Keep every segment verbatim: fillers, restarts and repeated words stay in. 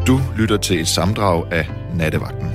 Du lytter til et sammendrag af Nattevagten.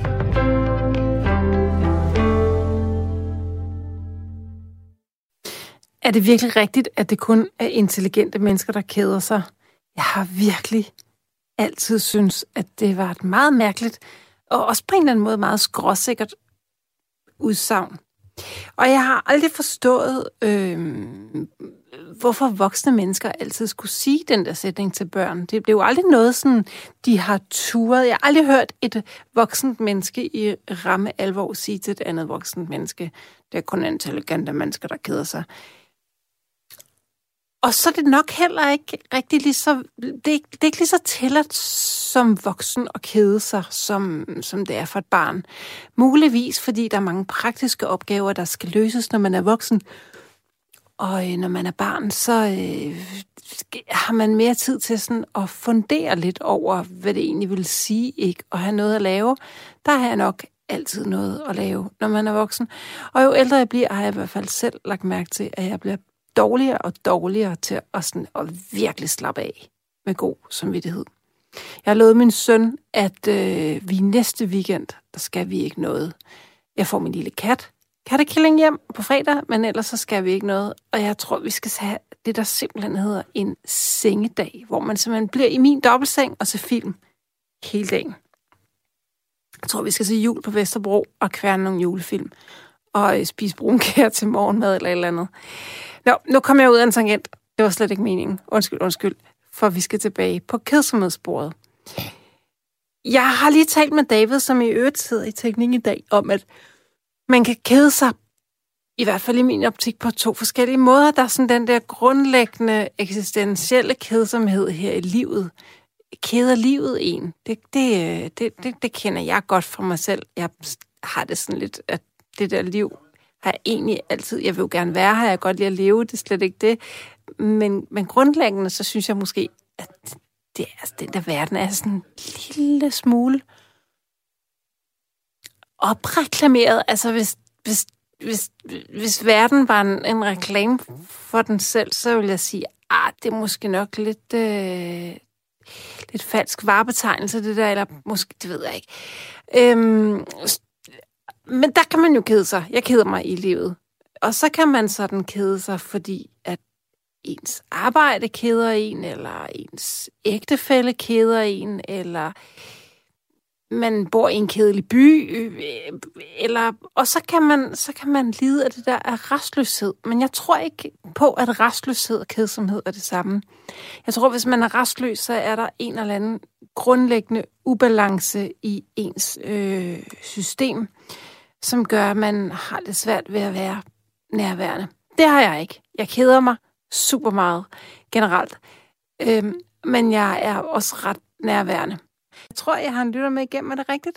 Er det virkelig rigtigt, at det kun er intelligente mennesker, der keder sig? Jeg har virkelig altid synes, at det var et meget mærkeligt, og også på en eller anden måde meget skråsikkert udsagn. Og jeg har aldrig forstået, øh, hvorfor voksne mennesker altid skulle sige den der sætning til børn. Det, det er jo aldrig noget, sådan, de har turet. Jeg har aldrig hørt et voksent menneske i ramme alvor sige til et andet voksent menneske, det er kun intelligente mennesker, der keder sig. Og så er det nok heller ikke rigtig lige så... Det er, det er ikke lige så tilladt som voksen at kede sig, som, som det er for et barn. Muligvis, fordi der er mange praktiske opgaver, der skal løses, når man er voksen. Og øh, når man er barn, så øh, har man mere tid til sådan at fundere lidt over, hvad det egentlig vil sige ikke at have noget at lave. Der har jeg nok altid noget at lave, når man er voksen. Og jo ældre jeg bliver, har jeg i hvert fald selv lagt mærke til, at jeg bliver dårligere og dårligere til at, sådan, at virkelig slappe af med god samvittighed. Jeg har lovet min søn, at øh, vi næste weekend, der skal vi ikke noget. Jeg får min lille kat, kattekilling hjem på fredag, men ellers så skal vi ikke noget. Og jeg tror, vi skal have det, der simpelthen hedder en sengedag, hvor man simpelthen bliver i min dobbeltseng og ser film hele dagen. Jeg tror, vi skal se jul på Vesterbro og kværne nogle julefilm og øh, spise brunkær til morgenmad eller et eller andet. Nå, nu kommer jeg ud af en tangent. Det var slet ikke meningen. Undskyld, undskyld. For vi skal tilbage på kedsomhedssporet. Jeg har lige talt med David, som i øvrigt sidder i teknik i dag, om at man kan kede sig, i hvert fald i min optik, på to forskellige måder. Der er sådan den der grundlæggende eksistentielle kedsomhed her i livet. Keder livet en. Det, det, det, det, det kender jeg godt fra mig selv. Jeg har det sådan lidt, at det der liv har jeg egentlig altid, jeg vil jo gerne være her, jeg kan godt lide at leve, det er slet ikke det. Men, men grundlæggende, så synes jeg måske, at det, altså, den der verden er sådan en lille smule opreklameret. Altså, hvis, hvis, hvis, hvis verden var en, en reklame for den selv, så vil jeg sige, ah, det er måske nok lidt, øh, lidt falsk varebetegnelse, det der, eller måske, det ved jeg ikke. Øhm, Men der kan man jo kede sig. Jeg keder mig i livet. Og så kan man sådan kede sig, fordi at ens arbejde keder en, eller ens ægtefælle keder en, eller man bor i en kedelig by, eller, og så kan, man, så kan man lide af det der af rastløshed. Men jeg tror ikke på, at rastløshed og kedsomhed er det samme. Jeg tror, hvis man er rastløs, så er der en eller anden grundlæggende ubalance i ens øh, system, som gør, at man har det svært ved at være nærværende. Det har jeg ikke. Jeg keder mig super meget generelt. Øhm, men jeg er også ret nærværende. Jeg tror, jeg har en lytter med igennem. Er det rigtigt?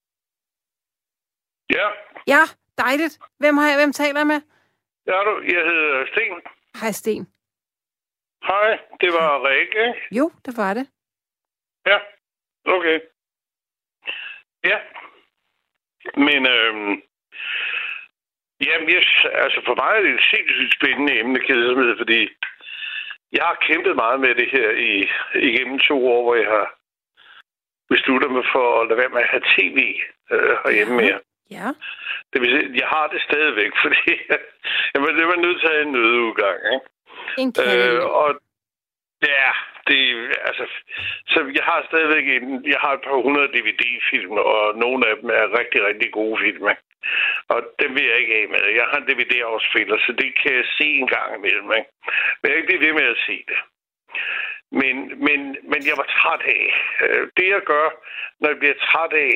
Ja. Ja, dejligt. Hvem har jeg? Hvem taler jeg med? Ja, du. Jeg hedder Sten. Hej, Sten. Hej, det var Rikke, ikke? Jo, det var det. Ja, okay. Ja. Men, øhm, jamen, yes, altså for mig er det et sindssygt spændende emne, kedsomhed, fordi jeg har kæmpet meget med det her i, igennem to år, hvor jeg har besluttet mig for at lade være med at have tv øh, herhjemme mere. Ja. Det vil sige, jeg har det stadigvæk, fordi jeg, jeg var nødt til at have en nødudgang, ikke? En kæde. Øh, og ja, det altså, så jeg har stadigvæk en, jeg har et par hundrede D V D-film, og nogle af dem er rigtig, rigtig gode film. Og dem vil jeg ikke af med. Jeg har en D V D-afspiller, så det kan jeg se en gang imellem. Ikke? Men jeg kan ikke blive ved med at se det. Men, men, men jeg var træt af. Det jeg gør, når jeg bliver træt af,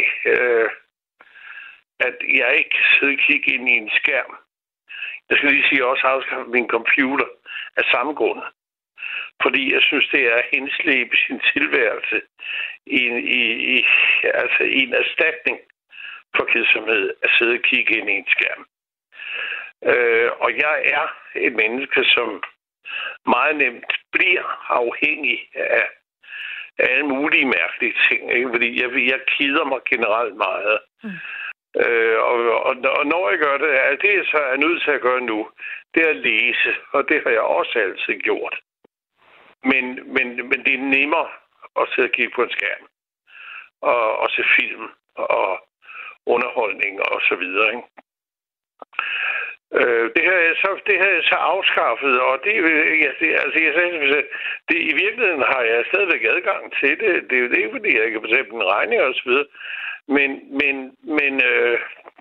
at jeg ikke kan sidde og kigge ind i en skærm. Jeg skal lige sige, at jeg også har afskaffet min computer af samme grund. Fordi jeg synes, det er at henslæbe sin tilværelse i en, i, i, altså i en erstatning for kedsomhed at sidde og kigge ind i en skærm. Øh, og jeg er et menneske, som meget nemt bliver afhængig af, af alle mulige mærkelige ting. Ikke? Fordi jeg, jeg keder mig generelt meget. Mm. Øh, og, og, og når jeg gør det, er det, jeg så er nødt til at gøre nu, det er at læse. Og det har jeg også altid gjort. Men, men, men det er nemmere at sidde og kigge på en skærm. og, og se film og underholdning og så videre, ikke? Øh, det her er så det her er så afskaffet, og det, ja, det altså jeg sagde, det i virkeligheden har jeg stadigvæk adgang til det. Det er jo det, fordi jeg kan betale en regning og så videre. Men men men øh,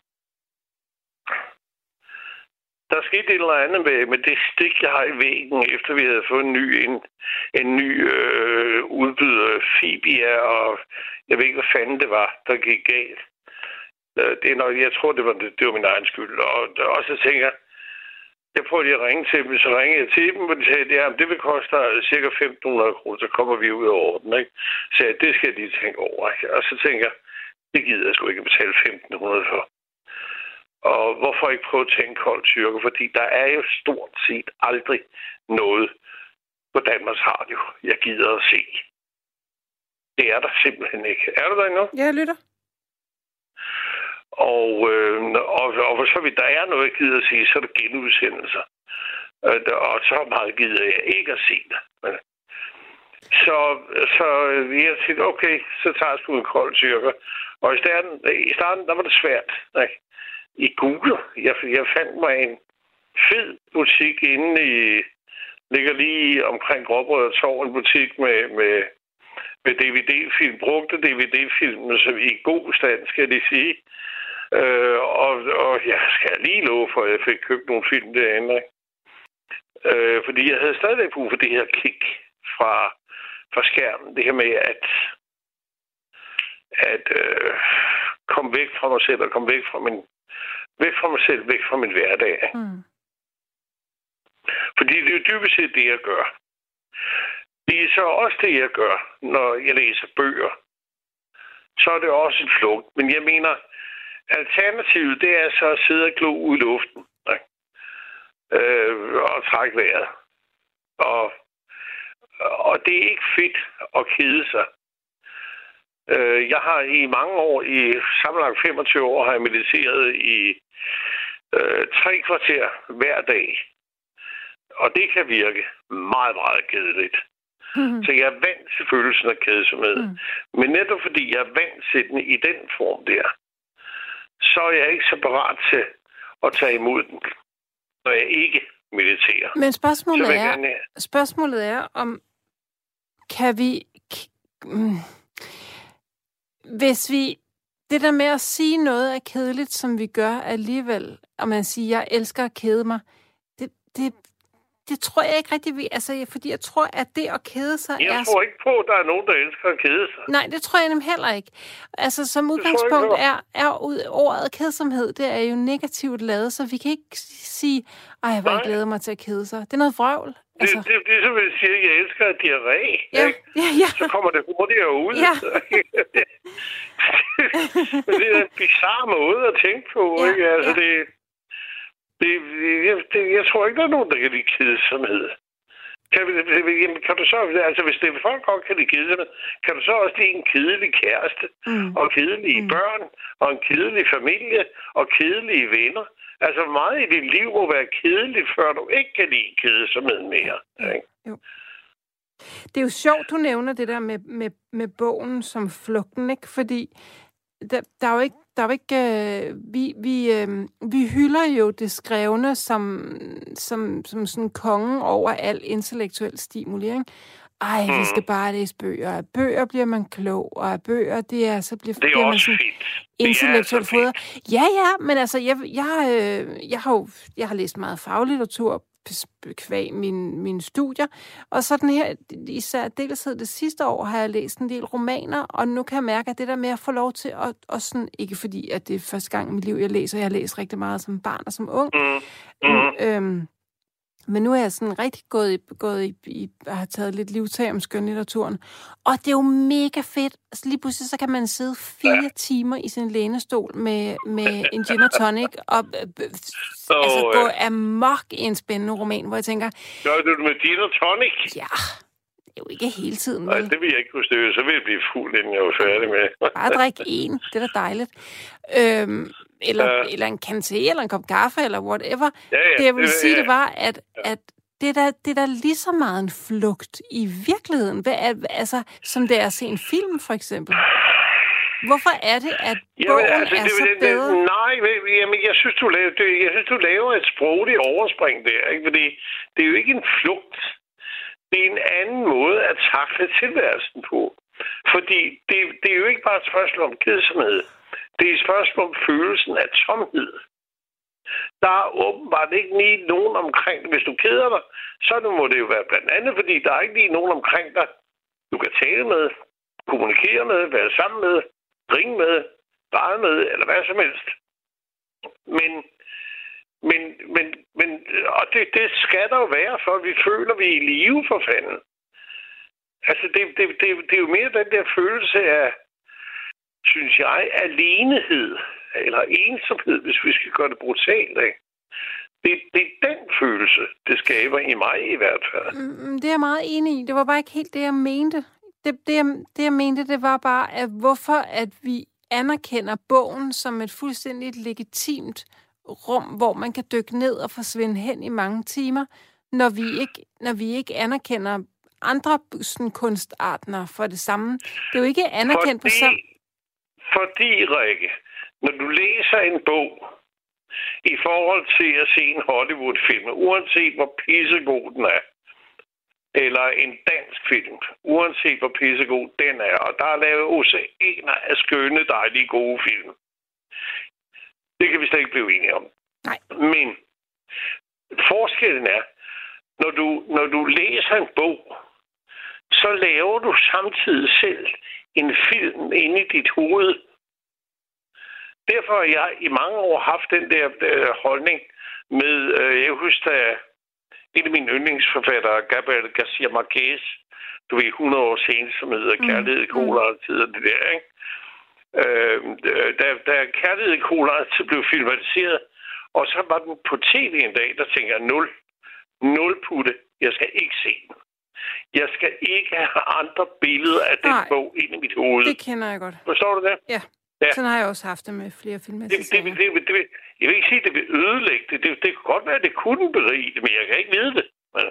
der skete et eller andet med, med det stik, jeg har i væggen, efter vi havde fået en ny en, en ny øh, udbyder, Fibia, og jeg ved ikke, hvad fanden det var, der gik galt. Det er nok, jeg tror, det var, det var min egen skyld. Og, og så tænker jeg, jeg prøvede lige at ringe til dem, så ringede jeg til dem, og de sagde, at det vil koste cirka femten hundrede kroner, så kommer vi ud over den, ikke? Så jeg, det skal jeg lige tænke over, ikke? Og så tænker jeg, det gider jeg sgu ikke at betale femten hundrede for. Og hvorfor ikke prøve at tænke kold tyrker? Fordi der er jo stort set aldrig noget på Danmarks Radio, jeg gider at se. Det er der simpelthen ikke. Er du der endnu? Ja, jeg lytter. Og, øh, og, og for så vidt der er noget, jeg gider at sige, så er det genudsendelser. Øh, og så meget gider jeg ikke at se det. Men, så, så jeg tænkte, okay, så tager jeg sgu en kold tyrker. Og i starten, i starten der var det svært. Ikke? I Google, jeg, jeg fandt mig en fed butik inde i, ligger lige omkring Gråbrød og Torv, en butik med, med, med D V D-film, brugte D V D-film, som i god stand, skal jeg sige. Øh, og, og jeg skal lige love for, at jeg fik købt nogle film derinde. Øh, fordi jeg havde stadigvæk brug for det her kick fra, fra skærmen. Det her med at, at øh, komme væk fra mig selv og komme væk fra min, væk fra mig selv, væk fra min hverdag. Mm. Fordi det er jo dybest set det, jeg gør. Det er så også det, jeg gør, når jeg læser bøger. Så er det også en flugt. Men jeg mener, alternativet, det er så at sidde og glo ud i luften. Øh, og trække vejret. Og, og det er ikke fedt at kede sig. Øh, jeg har i mange år, i sammenlagt femogtyve år, har jeg mediteret i øh, tre kvarter hver dag. Og det kan virke meget, meget kedeligt. Mm-hmm. Så jeg er vant til følelsen af kedsomhed. Mm. Men netop fordi jeg er vant til den i den form der, så er jeg ikke så parat til at tage imod den, når jeg ikke mediterer. Men spørgsmålet er, gerne... spørgsmålet er, om kan vi... Mm, hvis vi... Det der med at sige noget er kedeligt, som vi gør alligevel, og man siger, jeg elsker at kede mig, det, det, det tror jeg ikke rigtig, vi... Altså, fordi jeg tror, at det at kede sig jeg er... Jeg tror ikke på, at der er nogen, der elsker at kede sig. Nej, det tror jeg nemlig heller ikke. Altså, som udgangspunkt er, er ordet kedsomhed, det er jo negativt lavet, så vi kan ikke sige, ej, jeg vil glæde mig til at kede sig. Det er noget vrøvl. Altså. Det, det, det er som jeg siger, jeg elsker diarré. Ja, ja, ja. Så kommer det hurtigere ud. Ja. Men det er en bizarre måde at tænke på. Ja, ikke? Altså, ja. det, det, jeg, det, jeg tror ikke, der er nogen, der kan lide kedsomhed. Kan, kan du så, altså hvis det folk godt kan lide kedsomhed, kan du så også lide en kedelig kæreste, mm. og kedelige mm. børn, og en kedelig familie, og kedelige venner? Altså meget i dit liv må være kedeligt, før du ikke kan lide kedsomhed mere. Ikke? Jo. Det er jo sjovt, du nævner det der med, med, med bogen som flugten, ikke? Fordi der, der er jo ikke, der er jo ikke øh, vi, vi, øh, vi hylder jo det skrevne som, som, som sådan kongen over al intellektuel stimuli, ikke? Ej, mm. vi skal bare læse bøger. Af bøger bliver man klog, og af bøger, det er så bliver, det er bliver man også sådan fint. intellektuelt fodret. Ja, ja, men altså, jeg, jeg, øh, jeg, har jo, jeg har læst meget faglitteratur kvæg mine, mine studier, og så den her, især deltid det sidste år, har jeg læst en del romaner, og nu kan jeg mærke, at det der med at få lov til at, og sådan, ikke fordi, at det er første gang i mit liv, jeg læser, jeg har læst rigtig meget som barn og som ung, mm. Mm. Øhm, men nu er jeg sådan rigtig gået i, gået i, i jeg har taget lidt livtag om skønlitteraturen, og det er jo mega fedt. Altså lige pludselig, så kan man sidde fire ja. timer i sin lænestol med, med en gin og tonic, og øh, oh, altså gå ja. amok i en spændende roman, hvor jeg tænker... Gør du det med gin og tonic? Ja, det er jo ikke hele tiden. Nej, det vil jeg ikke kunne støve. Så vil jeg blive fuld, inden jeg er færdig med. Bare drik en, det er da dejligt. Øhm, eller, ja. eller en kanté, eller en kop kaffe, eller whatever. Ja, ja. Det jeg vil sige, ja, ja. det var, at, ja. at det, er der, det er der lige så meget en flugt i virkeligheden. Hvad er, altså, som det er at se en film, for eksempel. Hvorfor er det, at bogen jamen, altså, er det, så det, bedre? Det, nej, jamen, jeg synes, du laver, det, jeg synes, du laver et sprogligt overspring der, ikke? Fordi det er jo ikke en flugt. Det er en anden måde at takle tilværelsen på. Fordi det, det er jo ikke bare et spørgsmål om kedsomhed. Det er et spørgsmål om følelsen af tomhed. Der er åbenbart ikke lige nogen omkring dig. Hvis du keder dig, så må det jo være blandt andet, fordi der er ikke lige nogen omkring dig, du kan tale med, kommunikere med, være sammen med, ringe med, bare med, eller hvad som helst. Men, men, men, men og det, det skal der jo være, for vi føler, vi er i live for fanden. Altså, det, det, det, det er jo mere den der følelse af, synes jeg, alenehed, eller ensomhed, hvis vi skal gøre det brutalt, ikke? Det, det er den følelse, det skaber i mig i hvert fald. Mm, det er jeg meget enig i. Det var bare ikke helt det, jeg mente. Det, det, jeg, det, jeg mente, det var bare, at hvorfor at vi anerkender bogen som et fuldstændig legitimt rum, hvor man kan dykke ned og forsvinde hen i mange timer, når vi ikke, når vi ikke anerkender andre sådan, kunstartner for det samme. Det er jo ikke anerkendt fordi, på samme... Fordi, Rikke, når du læser en bog i forhold til at se en Hollywood-film, uanset hvor pissegod den er, eller en dansk film, uanset hvor pissegod den er, og der er lavet oceaner af skønne, dejlige, gode film. Det kan vi slet ikke blive enige om. Nej. Men forskellen er, når du, når du læser en bog, så laver du samtidig selv en film inde i dit hoved. Derfor har jeg i mange år haft den der øh, holdning med, øh, jeg husker, at en af mine yndlingsforfattere, Gabriel Garcia Marquez, du ved, hundrede år senere, som hedder mm. Kærlighed, Cola og tid og det der, ikke? Øh, da, da Kærlighed, Cola og tid blev filmatiseret, og så var den på tv en dag, der tænker jeg, nul, nul putte, jeg skal ikke se den. Jeg skal ikke have andre billeder af den Nej, bog ind i mit hoved. Det kender jeg godt. Forstår du det? Ja. Ja. Sådan har jeg også haft det med flere filmer. Det, det, det, det, det, jeg vil ikke sige, at det vil ødelægge det. Det, det kan godt være, at det kunne berige det, men jeg kan ikke vide det. Men...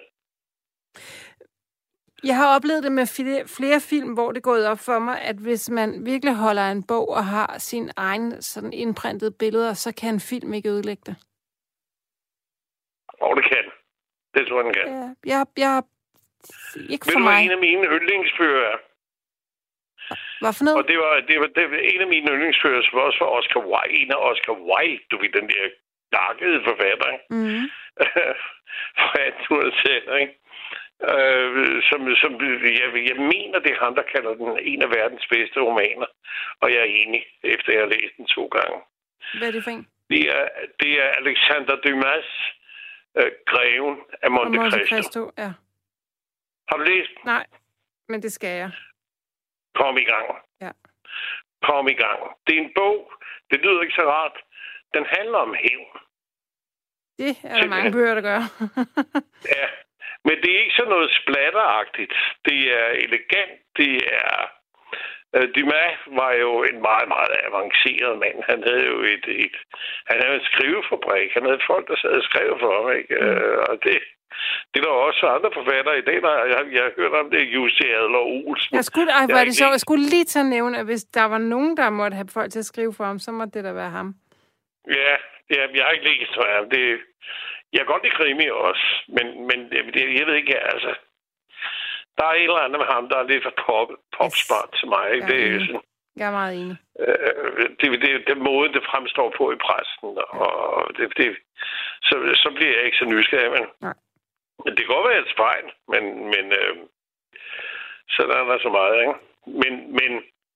Jeg har oplevet det med flere, flere film, hvor det er gået op for mig, at hvis man virkelig holder en bog og har sin egen sådan indprintede billeder, så kan en film ikke ødelægge det. Og det kan. Det tror jeg, den kan. Ja, jeg, jeg, ikke for Ved du, mig. en af mine yndlingsbøger er? Hvad for noget? Og det var, det var, det var en af mine yndlingsbøger, som også var Oscar Wilde. En af Oscar Wilde, du ved, den der gakkede forfatter, ikke? Mm. Fra attenhundredetallet, ikke? Øh, som, som jeg, jeg mener, det er ham, der kalder den en af verdens bedste romaner. Og jeg er enig, efter jeg har læst den to gange. Hvad er det for en? Det er, det er Alexander Dumas, øh, Greven af Monte, Monte Cristo. Cristo. Ja. Har du læst den? Nej, men det skal jeg. Kom i gang. Ja. Kom i gang. Det er en bog. Det lyder ikke så rart. Den handler om hævn. Det er der mange bøger, der gør. Ja, men det er ikke sådan noget splatteragtigt. Det er elegant. Det er... Uh, Dumas var jo en meget, meget avanceret mand. Han havde jo et... et han havde en skrivefabrik. Han havde folk, der sad og skrev for ham, ikke? Mm. Uh, og det... Det er der også andre forfattere i dag, der jeg, jeg har hørt om det, Jussi Adler Olsen. Jeg skulle, ej, var det sjovt. Jeg skulle lige til at nævne, at hvis der var nogen, der måtte have folk til at skrive for ham, så måtte det da være ham. Ja, ja jeg har ikke læst for ham. Det, jeg kan godt lide krimi også, men, men det, jeg ved ikke, altså... Der er et eller andet med ham, der er lidt for pop, popsmart yes. til mig. Ikke? Det er sådan, jeg er meget enig. Øh, det, det, det måde, det fremstår på i pressen, og det, det, så, så bliver jeg ikke så nysgerrig, men... Nej. Men det kan godt være et spejl, men, men øh, så der er der så meget, ikke? Men, men,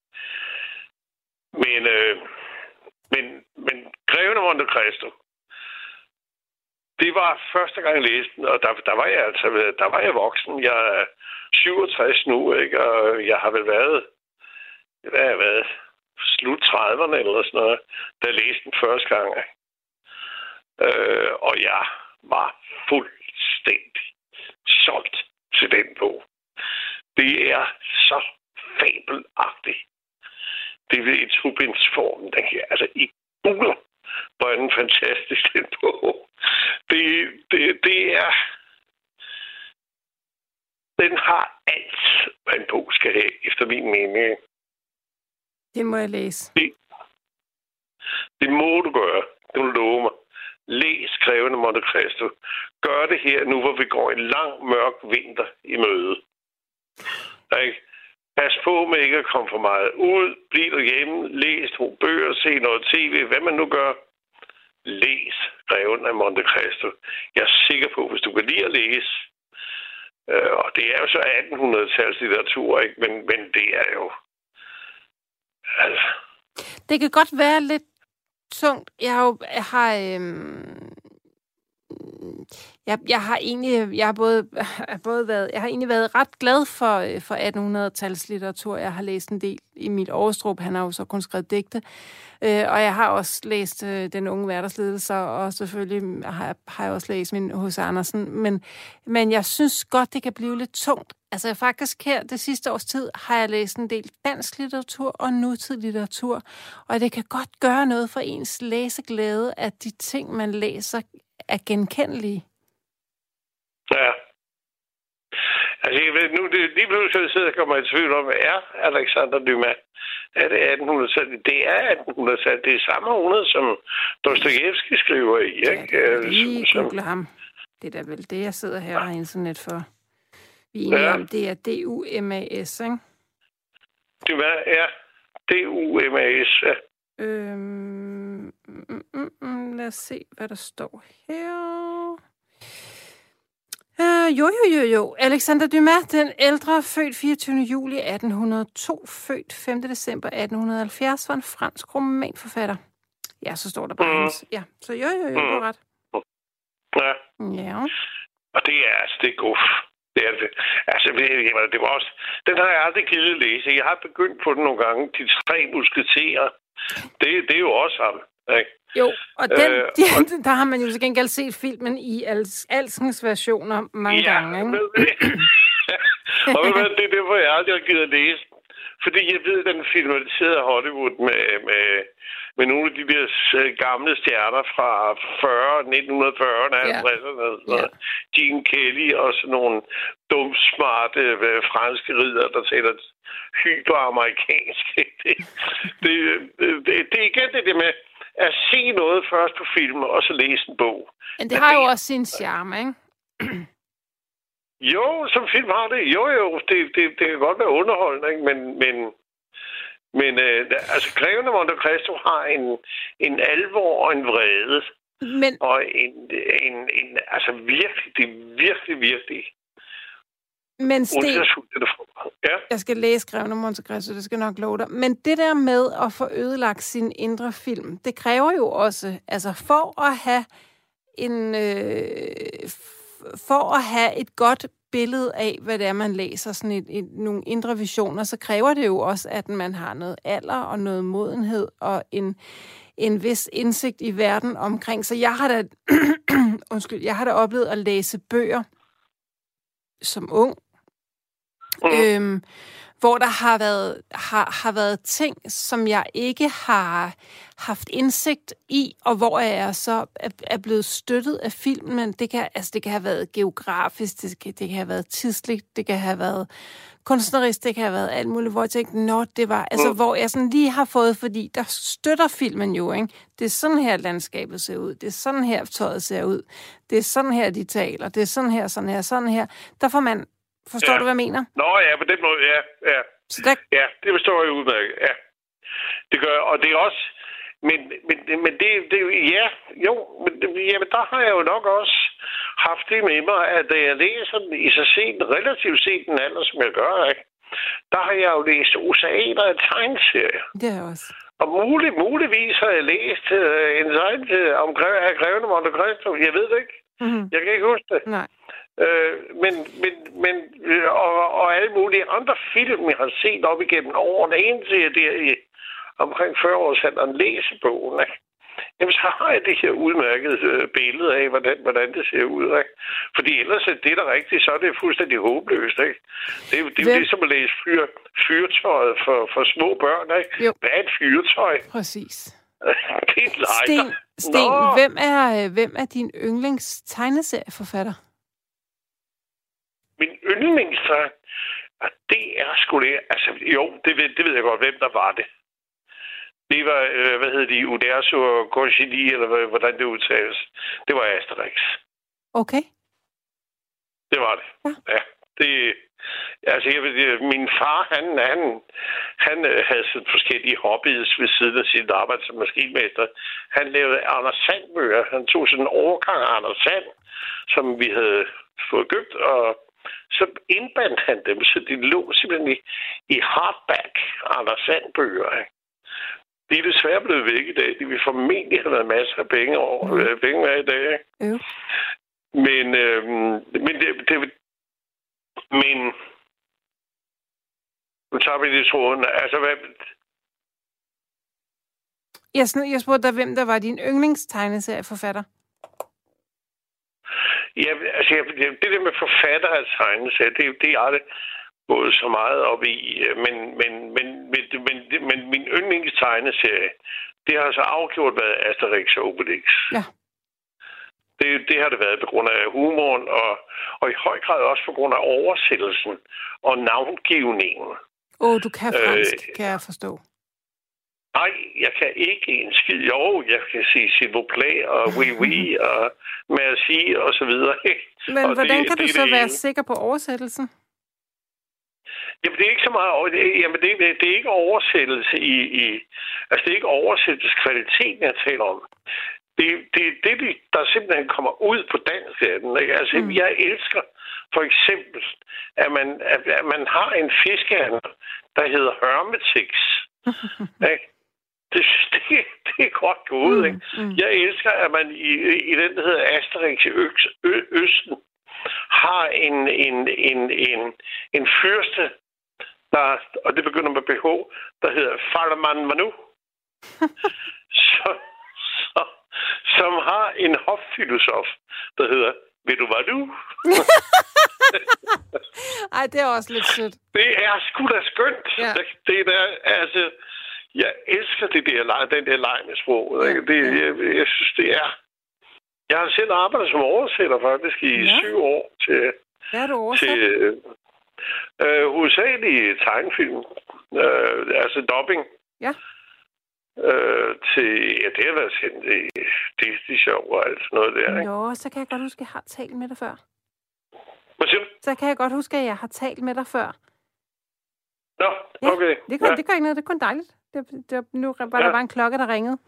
men, øh, men, men Greven af Monte Cristo, det var første gang, jeg læste den, og der, der var jeg altså, der var jeg voksen. Jeg er syvogtres nu, ikke? Og jeg har vel været, hvad har jeg været, slut trediverne eller sådan noget, da jeg læste den første gang, ikke? Øh, og jeg var fuldstændig solgt til den bog. Det er så fabelagtigt. Det er i tobindsformen, den her. Altså i buller, hvor er den fantastisk, den bog. Det, det, det er... Den har alt, hvad en bog skal have, efter min mening. Det må jeg læse. Det, det må du gøre. Du lover mig. Læs Greven af Monte Cristo. Gør det her nu, hvor vi går en lang, mørk vinter i møde. Ikke? Pas på med ikke at komme for meget ud. Bliv derhjemme. Læs nogle bøger. Se noget tv. Hvad man nu gør. Læs Greven af Monte Cristo. Jeg er sikker på, hvis du kan lide at læse. Øh, og det er jo så attenhundrede-tals litteratur, ikke? Men, men det er jo... Altså... Det kan godt være lidt tungt. Jeg har jo... Jeg har, øhm, jeg, jeg har egentlig... Jeg har både, jeg både været... Jeg har egentlig været ret glad for, for attenhundrede-tals litteratur. Jeg har læst en del. Emil Aarestrup, han har jo så kun skrevet digte. Øh, og jeg har også læst øh, Den unge hverdagsledelse, og selvfølgelig har, har jeg også læst min H C. Andersen. Men, men jeg synes godt, det kan blive lidt tungt. Altså faktisk her, det sidste års tid, har jeg læst en del dansk litteratur og nutidig litteratur. Og det kan godt gøre noget for ens læseglæde, at de ting, man læser, er genkendelige. Ja. Altså, jeg ved, nu det, lige pludselig sidder jeg kommer i tvivl om, er Alexander Dumas, er det attenhundrede-tallet? Det er attenhundrede-tallet. Det er samme århundrede, som Dostojevskij skriver i, ikke? Ja, det lige som, google ham. Det er da vel det, jeg sidder her og har internet for. Vi er enige ja. om, det er D U M A S, ikke? Dumas, ja. D U M A S, ja. Øhm, mm, mm, mm, lad os se, hvad der står her. Uh, jo, jo, jo, jo. Alexander Dumas, den ældre, født fireogtyvende juli atten hundrede og to, født femte december atten halvfjerds, var en fransk romanforfatter. Ja, så står der bare mm. hans. Ja, så jo, jo, jo, mm. du har ret. Ja. Ja. Og det er, altså, det er guf. Det er det. Altså, det var også... Den har jeg aldrig givet at læse. Jeg har begyndt på den nogle gange. De tre musketerer. Det, det er jo også ham, ikke? Jo, og den, øh, de, og, der har man jo så gengæld set filmen i als, alskens versioner mange ja, gange, ikke? Og det er derfor, jeg aldrig har givet at læse. Fordi jeg ved, at den filmatiserede Hollywood med, med, med nogle af de der gamle stjerner fra fyrre, nitten fyrre, halvtredserne, ja. Ja. Gene Kelly og sådan nogle dumsmarte franske ridder, der taler hyperamerikansk. Det, det, det, det, det er igen det der med at se noget først på film, og så læse en bog. Men det har jo også sin charme, ikke? Jo, som film har det. Jo, jo, det, det, det kan godt være underholdende, ikke? Men, men, men øh, altså, Greven af Monte Cristo har en, en alvor og en vrede. Men... Og en, en, en, altså virkelig, det er virkelig, virkelig... Men Sten, ja. Jeg skal læse Greven af Monte Cristo, det skal nok love dig. Men det der med at få ødelagt sin indre film, det kræver jo også, altså for at have en... Øh, for at have et godt billede af, hvad det er, man læser, sådan et, et, nogle indre visioner, så kræver det jo også, at man har noget alder og noget modenhed og en, en vis indsigt i verden omkring. Så jeg har da, undskyld, jeg har da oplevet at læse bøger som ung, mm. øhm, hvor der har været, har, har været ting, som jeg ikke har haft indsigt i, og hvor jeg så er, er blevet støttet af filmen. Det kan, altså det kan have været geografisk, det kan, det kan have været tidsligt, det kan have været kunstnerisk, det kan have været alt muligt, hvor jeg tænkte, nå, det var, altså hvor jeg sådan lige har fået, fordi der støtter filmen jo, ikke? Det er sådan her, landskabet ser ud, det er sådan her, tøjet ser ud, det er sådan her, de taler, det er sådan her, sådan her, sådan her. Der får man, forstår ja. du, hvad jeg mener? Nå ja, på den måde, ja, ja. Så der... Ja, det forstår jeg udmærket, ja. Det gør, og det er også, men, men, men det, det, ja, jo, men, jamen, der har jeg jo nok også haft det med mig, at da jeg læser den i så sent, relativt set den alder, som jeg gør, ikke? Der har jeg jo læst Oceaner af tegneserier. Det er også. Og mulig, muligvis har jeg læst uh, en tegneserie om Greven af Monte Cristo. Jeg ved det ikke. Mm-hmm. Jeg kan ikke huske det. Nej. Øh, men, men, men og, og alle mulige andre film, jeg har set op igennem årene, indtil jeg der i omkring fyrre års alderen læsebogen, ikke? Jamen, så har jeg det her udmærkede øh, billede af, hvordan, hvordan det ser ud, ikke? Fordi ellers er det der rigtigt, så er det fuldstændig håbløst, ikke? Det, det er jo det, som at læse fyr, fyrtøjet for, for små børn, ikke? Jo. Hvad er et fyrtøj? Præcis. Det er en lejer. Sten, Sten hvem, er, hvem er din yndlings tegneserieforfatter? Min yndlingstegn, det er sgu det. Altså, jo, det ved, det ved jeg godt, hvem der var det. Det var, øh, hvad hedder de, Uderzo og Gorgini, eller hvad, hvordan det udtales. Det var Asterix. Okay. Det var det. Ja. ja det, altså, jeg ved, min far, han, han, han havde sådan forskellige hobbys ved siden af sit arbejde som maskinmester. Han lavede Anders Sand-bøger. Han tog sådan en overgang af Anders Sand, som vi havde fået købt, og så indbandt han dem, så de lå simpelthen i, i hardback Anders Sand-bøger. De er desværre blevet væk i dag. De vil formentlig have været masser af penge, over, mm. penge med i dag. Mm. Men, øh, men det, det men nu tager vi det tråden. Altså, hvad... Jeg, jeg spurgte dig, hvem der var din yndlingstegneserieforfatter? Ja, altså, det der med forfatter af tegneserier, det, det er aldrig gået så meget op i. Men, men, men, men, men, men min yndlingstegneserie, det har altså afgjort været Asterix og Obelix. Ja. Det, det har det været på grund af humoren, og, og i høj grad også på grund af oversættelsen og navngivningen. Åh, oh, du kan fransk, øh, kan jeg forstå. Nej, jeg kan ikke en skid. Jo, jeg kan sige s'il vous plaît, og oui, oui, og merci, og så videre. Men og hvordan det, kan det, du så det, være sikker på oversættelsen? Jamen, det er ikke så meget... Det, jamen, det, det er ikke oversættelse i, i... Altså, det er ikke oversættelseskvaliteten, jeg taler om. Det er det, det, der simpelthen kommer ud på dansk af den. Ikke? Altså, mm. jeg elsker for eksempel, at man, at, at man har en fiskehandler, der hedder Hermetix. Ikke? Det, det, det er godt gået. Ikke? Mm. Mm. Jeg elsker, at man i, i den, der hedder Asterix i Øs, Ø, Østen, har en, en, en, en, en fyrste, der, og det begynder med B H, der hedder Farman Manu. så, så som har en hoffilosof, der hedder, ved du hvad du? Ej, det er også lidt sødt. Det er sgu da skønt. Ja. Det, det der, altså, jeg elsker det der, den der leg med sproget. Ja. Det, jeg, jeg synes, det er... Jeg har selv arbejdet som oversætter faktisk i ja. syv år til... Hvad er du oversat? Til øh, hovedsageligt tegnefilm. Øh, altså dubbing. Ja. Øh, til, ja, det har været sendt i Disney-show og alt sådan noget der, ikke? Jo, så kan jeg godt huske, at jeg har talt med dig før. Hvad siger du? Så kan jeg godt huske, at jeg har talt med dig før. Nå, ja, okay. Det gør, ja. det gør ikke noget, det er kun dejligt. Det, det, nu var ja. der bare en klokke, der ringede.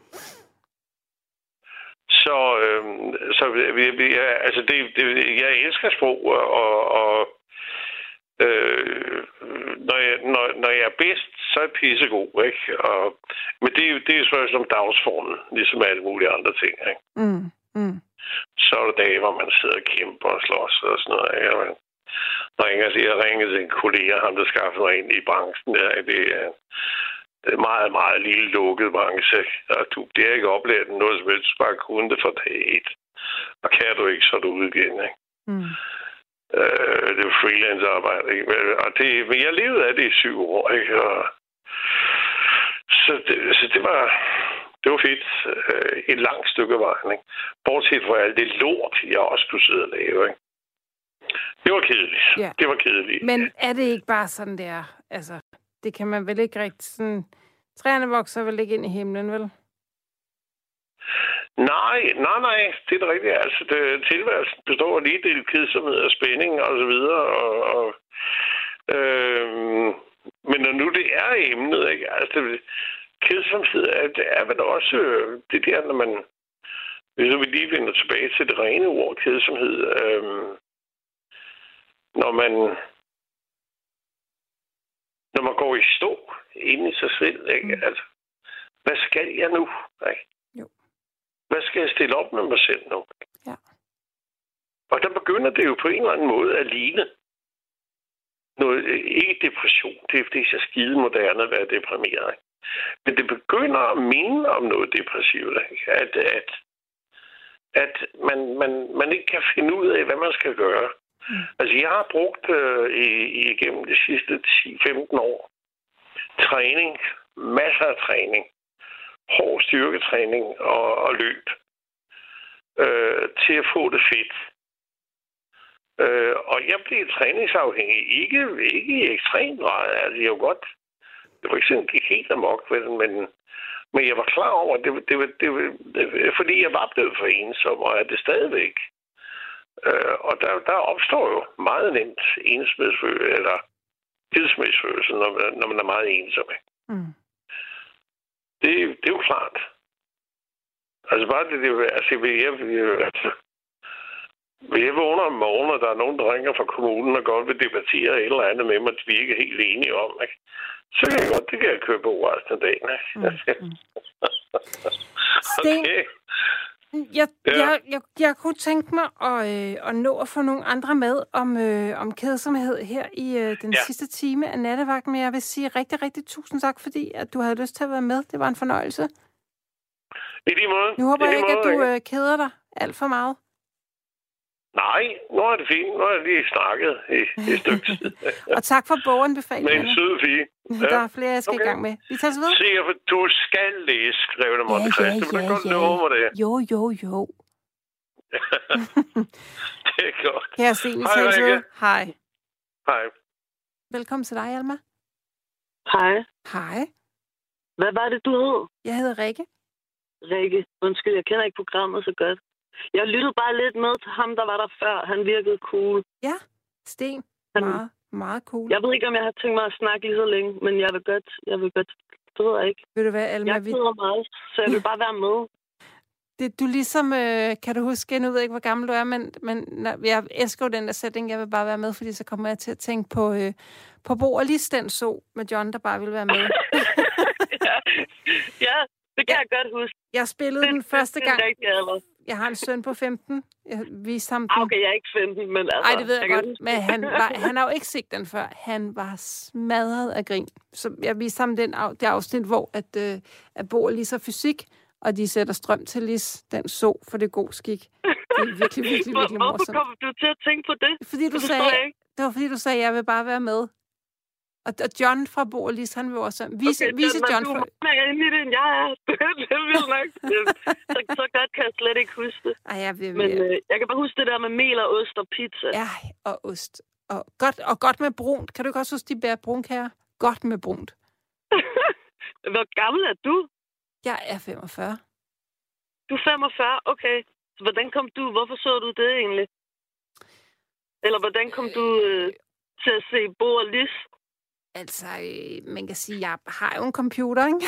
Så, øh, så vi, vi, altså det, det, jeg elsker sprog, og, og øh, når, jeg, når, når jeg er bedst, så er jeg pissegod, ikke? Og, men det, det er spørgsmål om dagsformen, ligesom alle mulige andre ting, ikke? Mm, mm. Så er der dage, hvor man sidder og kæmper og slås og sådan noget, ikke? Men, når jeg, jeg ringede til en kollega, ham der skaffede mig ind i branchen, der, det er det er meget, meget lille lukket branche, og du bliver ikke oplært noget som helst, bare kunne det fra dag et. Og kan du ikke, så er du ude igen, ikke? Mm. Øh, det er jo freelance-arbejde, ikke? Og det, men jeg levede af det i syv år, ikke? Og så, det, så det var det var fedt. Øh, et langt stykke vejen, ikke? Bortset fra alt det lort, jeg også kunne sidde og lave, ikke? Det var kedeligt. Ja. Det var kedeligt. Men er det ikke bare sådan der, altså... Det kan man vel ikke rigtig sådan... Træerne vokser vel ikke ind i himlen, vel? Nej, nej, nej. Det er det rigtigt. Altså, det, tilværelsen består af lige del kedsomhed og spænding og så videre. Og, og, øh, men når nu det er emnet, ikke? Altså, det, kedsomhed er, det er vel også det der, når man... Hvis vi lige vender tilbage til det rene ord, kedsomhed. Øh, når man... Når man går i stå inde i sig selv, ikke? Mm. Altså, hvad skal jeg nu? Ikke? Jo. Hvad skal jeg stille op med mig selv nu? Ja. Og der begynder det jo på en eller anden måde at ligne noget, ikke depression, det er det er så skide moderne at være deprimeret. Ikke? Men det begynder at minde om noget depressivt, ikke? At, at, at man, man, man ikke kan finde ud af, hvad man skal gøre. Mm. Altså, jeg har brugt øh, igennem de sidste ti til femten år træning, masser af træning, hård styrketræning og, og løb øh, til at få det fedt. Øh, og jeg blev træningsafhængig. Ikke, ikke i ekstrem grad. Altså, jeg jo godt. Det var ikke sådan, det gik helt amok, men, Men jeg var klar over, at det, det, det, det, det, fordi jeg var blevet for ensom, og er det stadigvæk. Øh, og der, der opstår jo meget nemt ensomhedsfølelse, eller tidsmædsfølelse, når, når man er meget ensom. Mm. Det, det er jo klart. Altså bare det, det altså, jeg, jeg, altså, hvis jeg vågner om morgenen, og der er nogen, der ringer fra kommunen og godt vil debattere et eller andet med mig, at vi ikke er helt enige om, ikke? Så kan jeg godt, det kan jeg købe på resten af dagen. Ikke? Mm, mm. Sten, okay. jeg, ja. jeg, jeg, jeg kunne tænke mig at, øh, at nå at få nogle andre med om, øh, om kedsomhed her i øh, den ja. sidste time af nattevagten, men jeg vil sige rigtig, rigtig tusind tak, fordi at du havde lyst til at være med. Det var en fornøjelse. I lige måde. Nu håber I jeg ikke, måde, at du øh, keder dig alt for meget. Nej, nu er det fint. Nu har jeg lige snakket i, i et stykke tid. Og tak for bogenbefalingen. Med en sød pige. Ja. Der er flere, jeg skal okay. i gang med. Vi tager så videre. Se, for du skal læse Grevene Monte ja, Cristo. Ja, du kan ja, godt ja. love mig det. Jo, jo, jo. Det er godt. Kære Sten, vi tager så videre. Hej. Hej. Velkommen til dig, Alma. Hej. Hej. Hvad var det, du hed? Jeg hedder Rikke. Rikke. Undskyld, jeg kender ikke programmet så godt. Jeg lyttede bare lidt med til ham, der var der før. Han virkede cool. Ja, Sten. Han, meget, meget cool. Jeg ved ikke, om jeg har tænkt mig at snakke lige så længe, men jeg vil godt, jeg vil godt, det ved jeg ikke. Ved du hvad, Alma? Jeg keder meget, så jeg vil bare være med. Det, du ligesom, øh, kan du huske, nu ved jeg ikke, hvor gammel du er, men, men når, jeg elsker jo den der sætning, jeg vil bare være med, fordi så kommer jeg til at tænke på, øh, på Bo og Lis den så med John, der bare ville være med. ja. ja, det kan ja. jeg godt huske. Jeg spillede det, den første det, gang. Rigtig, jeg har en søn på femten. Jeg viste ham den. Ah, okay, jeg er ikke femten, men altså... Nej, det ved jeg, jeg godt, men han, var, han har jo ikke set den før. Han var smadret af grin. Så jeg viste ham den, det afsnit, hvor at, øh, at Bo og Lis er fysik, og de sætter strøm til Lis, den så, for det er god skik. Det er virkelig, virkelig, virkelig morsomt. Hvorfor kom du til at tænke på det? Fordi du det sagde, det var fordi du sagde, at jeg vil bare være med. Og, og John fra Bo og Lis, han vil også vise, okay, vise John. John Du for... er mere inde i det, end jeg er. Det er vildt nok. Så, så godt kan jeg slet ikke huske det. Ej, jeg vil, Men øh, jeg kan bare huske det der med mel og ost og pizza. Ja, og ost. Og godt, og godt med brunt. Kan du ikke også huske de bære brunkager? Godt med brunt. Hvor gammel er du? Jeg er femogfyrre. Du er femogfyrre? Okay. Så hvordan kom du... Hvorfor så du det egentlig? Eller hvordan kom øh... du øh, til at se Bo og Lis? Altså, øh, man kan sige, jeg har jo en computer, ikke?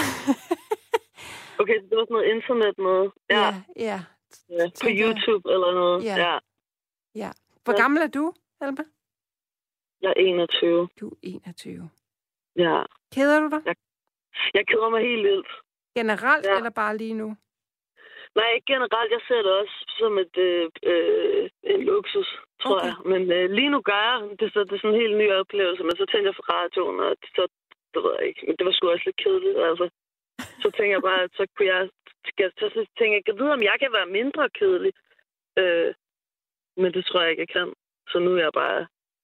Okay, så det var sådan noget internet noget. Ja, ja. ja. ja på YouTube jeg. Eller noget. Ja. ja. ja. Hvor ja. gammel er du, Alba? Jeg er enogtyve. Du er enogtyve. Ja. Keder du dig? Jeg, jeg keder mig helt vildt. Generelt, ja. Eller bare lige nu? Nej, ikke generelt. Jeg ser det også som et øh, øh, en luksus, tror okay. jeg. Men øh, lige nu gør jeg det, så det er sådan en helt ny oplevelse. Men så tænker jeg for radioen, og så, det ved jeg ikke. Men det var sgu også lidt kedeligt, altså. Så tænker jeg bare, at så kunne jeg... Så, så tænker jeg, jeg ved, om jeg kan være mindre kedelig. Øh, men det tror jeg ikke, jeg kan. Så nu er jeg bare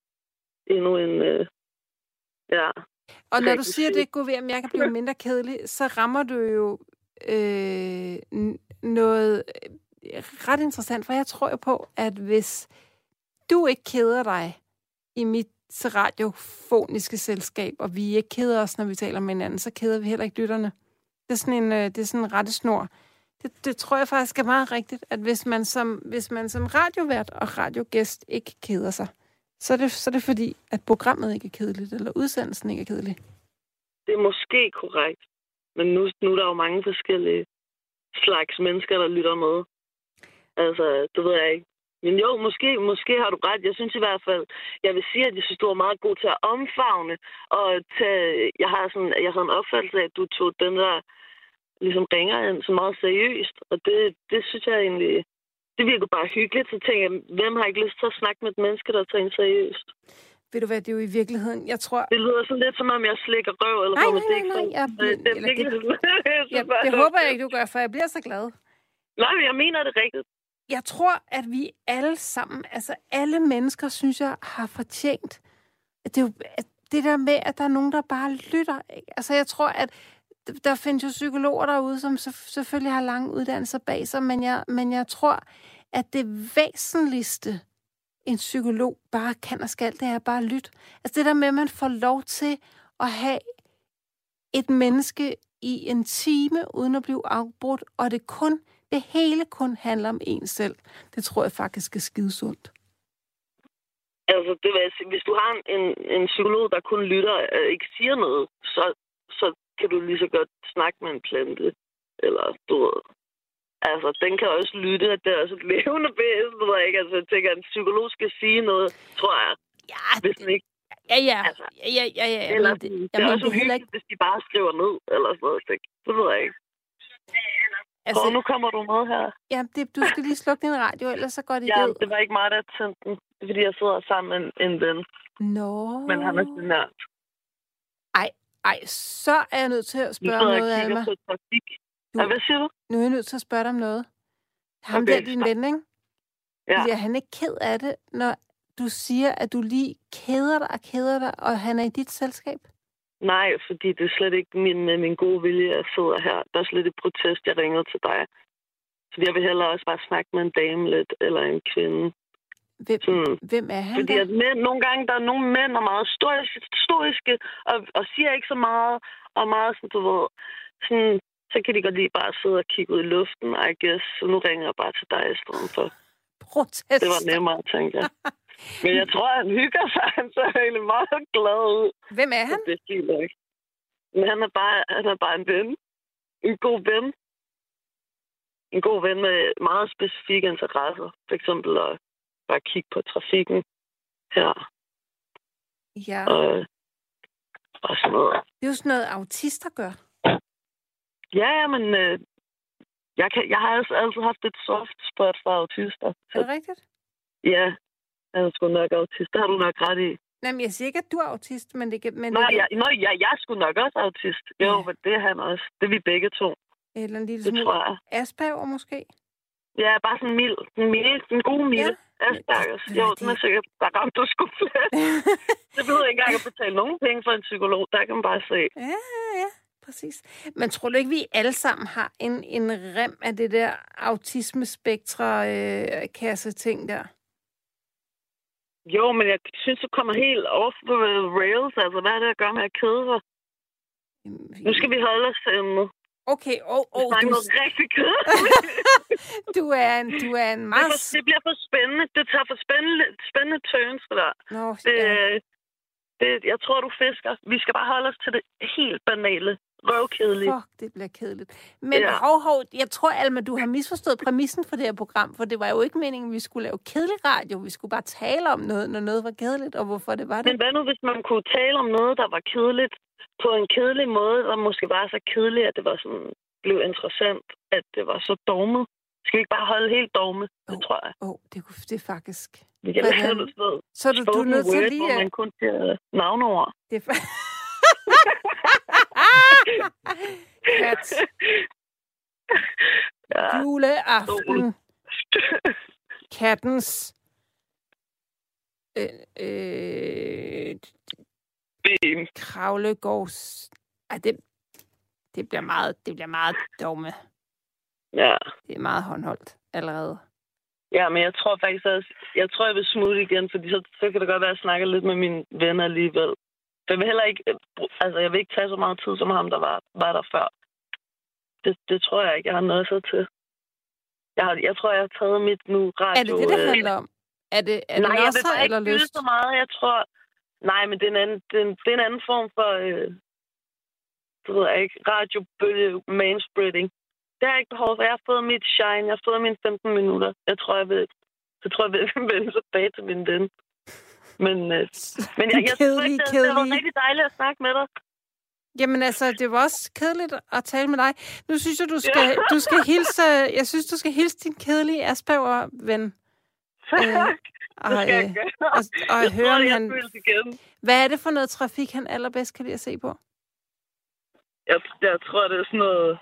endnu en... Øh, ja. Og når du siger det, gå ved, om jeg kan blive mindre kedelig, så rammer du jo øh, noget ret interessant, for jeg tror jo på, at hvis du ikke keder dig i mit radiofoniske selskab, og vi ikke keder os, når vi taler med hinanden, så keder vi heller ikke lytterne. Det er sådan en, det er sådan en rettesnor. Det, det tror jeg faktisk er meget rigtigt, at hvis man som, hvis man som radiovært og radiogæst ikke keder sig, så er, det, så er det fordi, at programmet ikke er kedeligt, eller udsendelsen ikke er kedelig. Det er måske korrekt. Men nu, nu er der jo mange forskellige slags mennesker, der lytter med. Altså, det ved jeg ikke. Men jo, måske, måske har du ret. Jeg synes i hvert fald, jeg vil sige, at jeg synes, du er meget god til at omfavne. Og tage, jeg har sådan, jeg har en opfattelse af, at du tog den der ligesom ringer ind så meget seriøst. Og det, det synes jeg egentlig, det virker bare hyggeligt. Så tænker jeg, hvem har ikke lyst til at snakke med et menneske, der tager en seriøst? Ved du hvad, det er jo i virkeligheden, jeg tror... Det lyder sådan lidt, som om jeg slikker røv, eller nej, hvad nej, nej, nej, jeg, det, det, eller, det, jeg, det håber jeg ikke, du gør, for jeg bliver så glad. Nej, men jeg mener det rigtigt. Jeg tror, at vi alle sammen, altså alle mennesker, synes jeg, har fortjent, at det, er jo, at det der med, at der er nogen, der bare lytter. Ikke? Altså jeg tror, at der findes jo psykologer derude, som selvfølgelig har lange uddannelser bag sig, men jeg, men jeg tror, at det væsentligste, en psykolog bare kan og skal, det er bare lytte. Altså det der med, at man får lov til at have et menneske i en time, uden at blive afbrudt, og det kun, det hele kun handler om en selv. Det tror jeg faktisk er skidesundt. Altså, det vil sige, hvis du har en, en psykolog, der kun lytter og ikke siger noget, så, så kan du lige så godt snakke med en plante. Eller, du ved. Altså, den kan også lytte, at det er også et levende væsen, ved jeg ikke. Altså, jeg tænker, at en psykolog skal sige noget, tror jeg. Ja, hvis den ikke... Ja, ja. Altså, ja, ja, ja, ja. Eller, det, det, jeg er mener, også uhyggeligt, ikke... hvis de bare skriver ned, eller sådan noget. Det, det ved jeg ikke. Altså, og nu kommer du med her. Ja, det, du skal lige slukke din radio, ellers så går det ja, ud. Det var ikke mig, der tændte den. Det er, fordi jeg sidder sammen med en, en ven. Nå. Men han er sådan nært. Ej, ej, så er jeg nødt til at spørge om noget, Alma. På trafik. Du, ja, hvad siger du? Nu er jeg nødt til at spørge dig om noget. Ham okay, der, din ven, ikke? Ja. Bliver han ikke ked af det, når du siger, at du lige keder dig og keder dig, og han er i dit selskab? Nej, fordi det er slet ikke min, med min gode vilje, jeg sidder her. Der er slet et protest, jeg ringede til dig. Så jeg vil hellere også bare snakke med en dame lidt, eller en kvinde. Hvem, sådan, hvem er han fordi der? At mænd, nogle gange der er nogle mænd, der er meget stoiske, og, og siger ikke så meget, og meget sådan, du ved, sådan, så kan de godt lige bare sidde og kigge ud i luften, I guess. Så nu ringer jeg bare til dig i stedet for. Protest. Det var nemmere, tænker jeg. Men jeg tror, han hygger sig. Han ser egentlig meget glad ud. Hvem er han? Det er fint nok. Men han er, bare, han er bare en ven. En god ven. En god ven med meget specifikke interesser. For eksempel at bare kigge på trafikken her. Ja. Og, og sådan noget. Det er jo sådan noget, autister gør. Ja, ja, men øh, jeg, kan, jeg har altså altid haft et soft spot for autister. Er det rigtigt? Ja, jeg er sgu nok autist. Det har du nok ret i. Nej, men jeg siger ikke, at du er autist, men det kan... Men Nå, det kan... jeg, nå ja, jeg er sgu nok også autist. Jo, ja. Men det er han også. Det er vi begge to. Eller en lille det smule Asperger måske? Ja, bare sådan en mild. En, mild, en god mild. Ja. Aspergers. Jo, det... den er sikkert, der ramte du sgu flet. Det behøver ikke engang at betale nogen penge for en psykolog. Der kan man bare se. Ja, ja. Præcis. Men tror du ikke, vi alle sammen har en, en rem af det der autisme-spektra-kasse-ting der? Jo, men jeg synes, du kommer helt off the rails. Altså, hvad er det, at gøre med at kede sig? Nu skal vi holde os til emnet. Okay, åh, oh, åh. Oh, du... noget rigtig kedeligt. du, er en, du er en meget... Det, for, det bliver for spændende. Det tager for spændende, spændende turns for dig. Nå, det, ja. det, jeg tror, du fisker. Vi skal bare holde os til det helt banale. Røvkedeligt. Fuck, det bliver kedeligt. Men ja. hov, hov, jeg tror, Alma, du har misforstået præmissen for det her program, for det var jo ikke meningen, at vi skulle lave kedelig radio. Vi skulle bare tale om noget, når noget var kedeligt, og hvorfor det var det. Men hvad nu, hvis man kunne tale om noget, der var kedeligt, på en kedelig måde, der måske var så kedeligt, at det var sådan, blev interessant, at det var så dogmet. Skal vi ikke bare holde helt dogme? Det oh, tror jeg. Åh, oh, det, det er faktisk... Vi kan lave noget sådan så du, du er nødt til lige... Hvor man kun siger navneord. Det er fa- Kat. Ja. Juleaften. Kattens øh, øh, ben. Kravlegårds. Ej, det, det bliver meget, det bliver meget dogme. Ja. Det er meget håndholdt allerede. Ja, men jeg tror faktisk også, jeg tror, jeg vil smutte igen, fordi så, så kan det godt være, at jeg snakker lidt med mine venner alligevel. For jeg vil heller ikke, altså jeg vil ikke tage så meget tid som ham, der var, var der før. Det, det tror jeg ikke, jeg har noget så til. Jeg, har, jeg tror, jeg har taget mit nu radio... Er det det, det handler om? Er det, er nej, det jeg vil bare eller ikke lyst? så meget. Jeg tror... Nej, men det er en anden, det er en, det er en anden form for... Øh, det ved jeg ikke. Radiobølge, manspreading. Det har jeg ikke behov for. Jeg har fået mit shine. Jeg har fået mine femten minutter. Jeg tror, jeg vil... Så tror jeg, jeg vil vende tilbage til min ven. Men, øh, men jeg, jeg tror ikke, det, det var rigtig dejligt at snakke med dig. Jamen altså, det var også kedeligt at tale med dig. Nu synes jeg, du skal, du skal hilse... Jeg synes, du skal hilse din kedelige Asperger-ven. Tak. Øh, og, det skal jeg gøre. Og, og jeg høre, tror, jeg han... igen. Hvad er det for noget trafik, han allerbedst kan lide at se på? Jeg, jeg tror, det er sådan noget...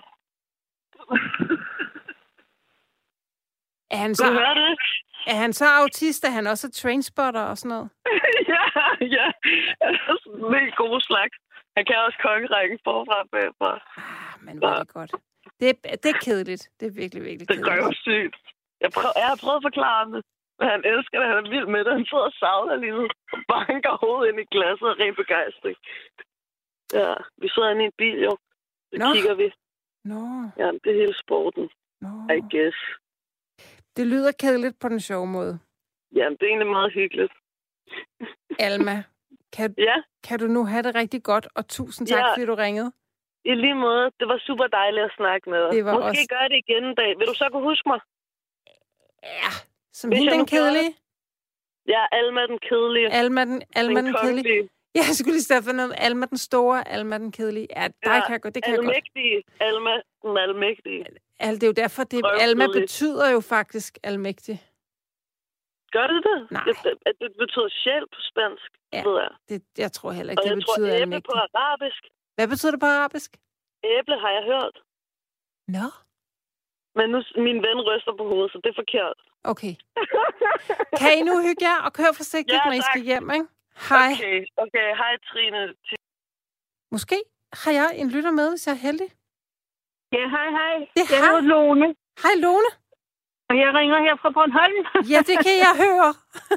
Er han så... Du hører det? Er han så autist, at han også er trainspotter og sådan noget? ja, ja. Han er sådan en helt god slags. Han kan også kongerækken forfra og bagfra. Ah, men hvor er det godt. Det er, det er kedeligt. Det er virkelig, virkelig kedeligt. Det er røvsygt. Jeg, prøv, jeg har prøvet at forklare ham det. Men han elsker det. Han er vild med det. Han sidder og savler lige nu. Og banker hovedet ind i glasset og ren begejstring. Ja, vi sidder inde i en bil, jo. Så Nå. kigger vi. Nå. Ja, det er hele sporten, Nå. I guess. Det lyder kedeligt på den sjove måde. Ja, det er egentlig meget hyggeligt. Alma, kan, Ja. kan du nu have det rigtig godt, og tusind tak, Ja. fordi du ringede. I lige måde. Det var super dejligt at snakke med dig. Det var Måske også... gør det igen en dag. Vil du så kunne huske mig? Ja, som Hvis hende jeg den nu gjorde kedelige. Ja, Alma den kedelige. Alma den, Alma den, den kedelige. kongelige. Ja, jeg skulle lige starte for noget. Alma den store, Alma den kedelige. Ja, der Ja, kan jeg godt. Det kan jeg godt. Almægtige. Alma den almægtige. Al, det er jo derfor, det Prøv Alma kedeligt. betyder jo faktisk almægtig. Gør det det? Nej. Det, det, det betyder sjæl på spansk, Ja. ved jeg. Det, jeg tror heller ikke, Og det jeg betyder tror æble almægtig. på arabisk. Hvad betyder det på arabisk? Æble har jeg hørt. Nå. Men nu min ven ryster på hovedet, så det er forkert. Okay. Kan I nu hygge jer og køre forsigtigt, Ja, når I tak. skal hjem, ikke? Hej. Okay, okay. Hej, Trine. Måske har jeg en lytter med, hvis jeg er heldig. Ja, hej, hej. Ja, Jeg hej. hedder Lone, Hej, Lone. og jeg ringer her fra Bornholm. Ja, det kan jeg høre.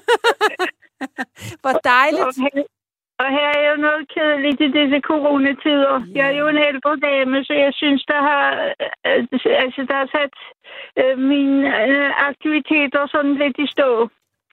Hvor dejligt. Og her, og her er jo noget kedeligt i disse coronatider. Ja. Jeg er jo en ældre dame, så jeg synes, der har, øh, altså, der har sat øh, mine øh, aktiviteter sådan lidt i stå.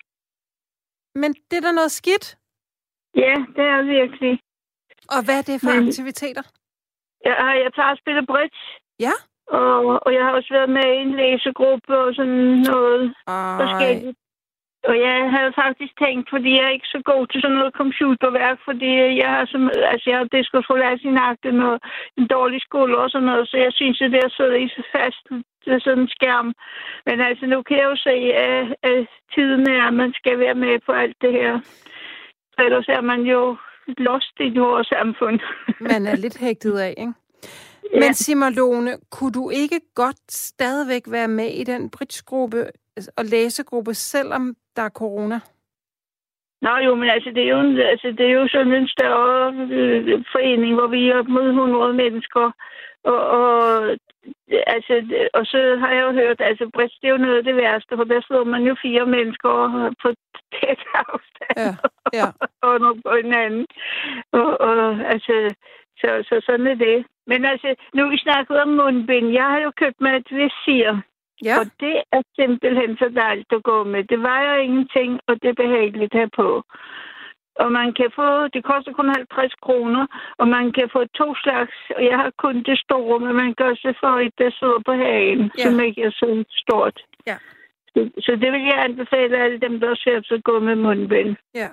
Men det er da noget skidt. Ja, det er virkelig. Og hvad er det for Men- aktiviteter? Jeg, jeg plejer at spille bridge, Ja. og, og jeg har også været med i en læsegruppe og sådan noget Ej. forskelligt. Og jeg havde faktisk tænkt, fordi jeg er ikke så god til sådan noget computerværk, fordi jeg har, som, altså jeg har dyskalkuli i nakken og en dårlig skole og sådan noget, så jeg synes, at det er sidder i så fast til sådan en skærm. Men altså, nu kan jeg jo se, at, at tiden er, at man skal være med på alt det her. Så ellers er man jo lost i vores samfund. Man er lidt hægtet af, ikke? Ja. Men sig mig, Lone, kunne du ikke godt stadigvæk være med i den bridgegruppe og læsegruppe, selvom der er corona? Nå jo, men altså det er jo, en, altså, det er jo sådan en større øh, forening, hvor vi er op mod hundrede mennesker. Og, og, altså, og så har jeg jo hørt, altså bridge, det er jo noget af det værste, for der sidder man jo fire mennesker på tæt afstand Ja, ja. under på hinanden. Og, og altså, så, så sådan er det. Men altså, nu vi snakkede om mundbind. Jeg har jo købt mig et visir. Ja, Og det er simpelthen så dejligt at gå med. Det vejer ingenting, og det er behageligt at have på. Og man kan få, det koster kun halvtreds kroner, og man kan få to slags, og jeg har kun det store, men man kan også få et, der sidder på hagen, Ja. som ikke er så stort. Ja. Så, så det vil jeg anbefale alle dem, der er svært at gå med mundbind. ja.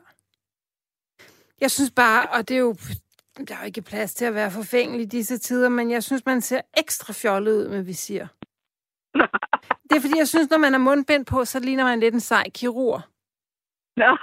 Jeg synes bare, og det er jo, der er jo ikke plads til at være forfængelig i disse tider, men jeg synes, man ser ekstra fjollet ud med visir. Det er fordi, jeg synes, når man har mundbind på, så ligner man lidt en sej kirurg. Nå.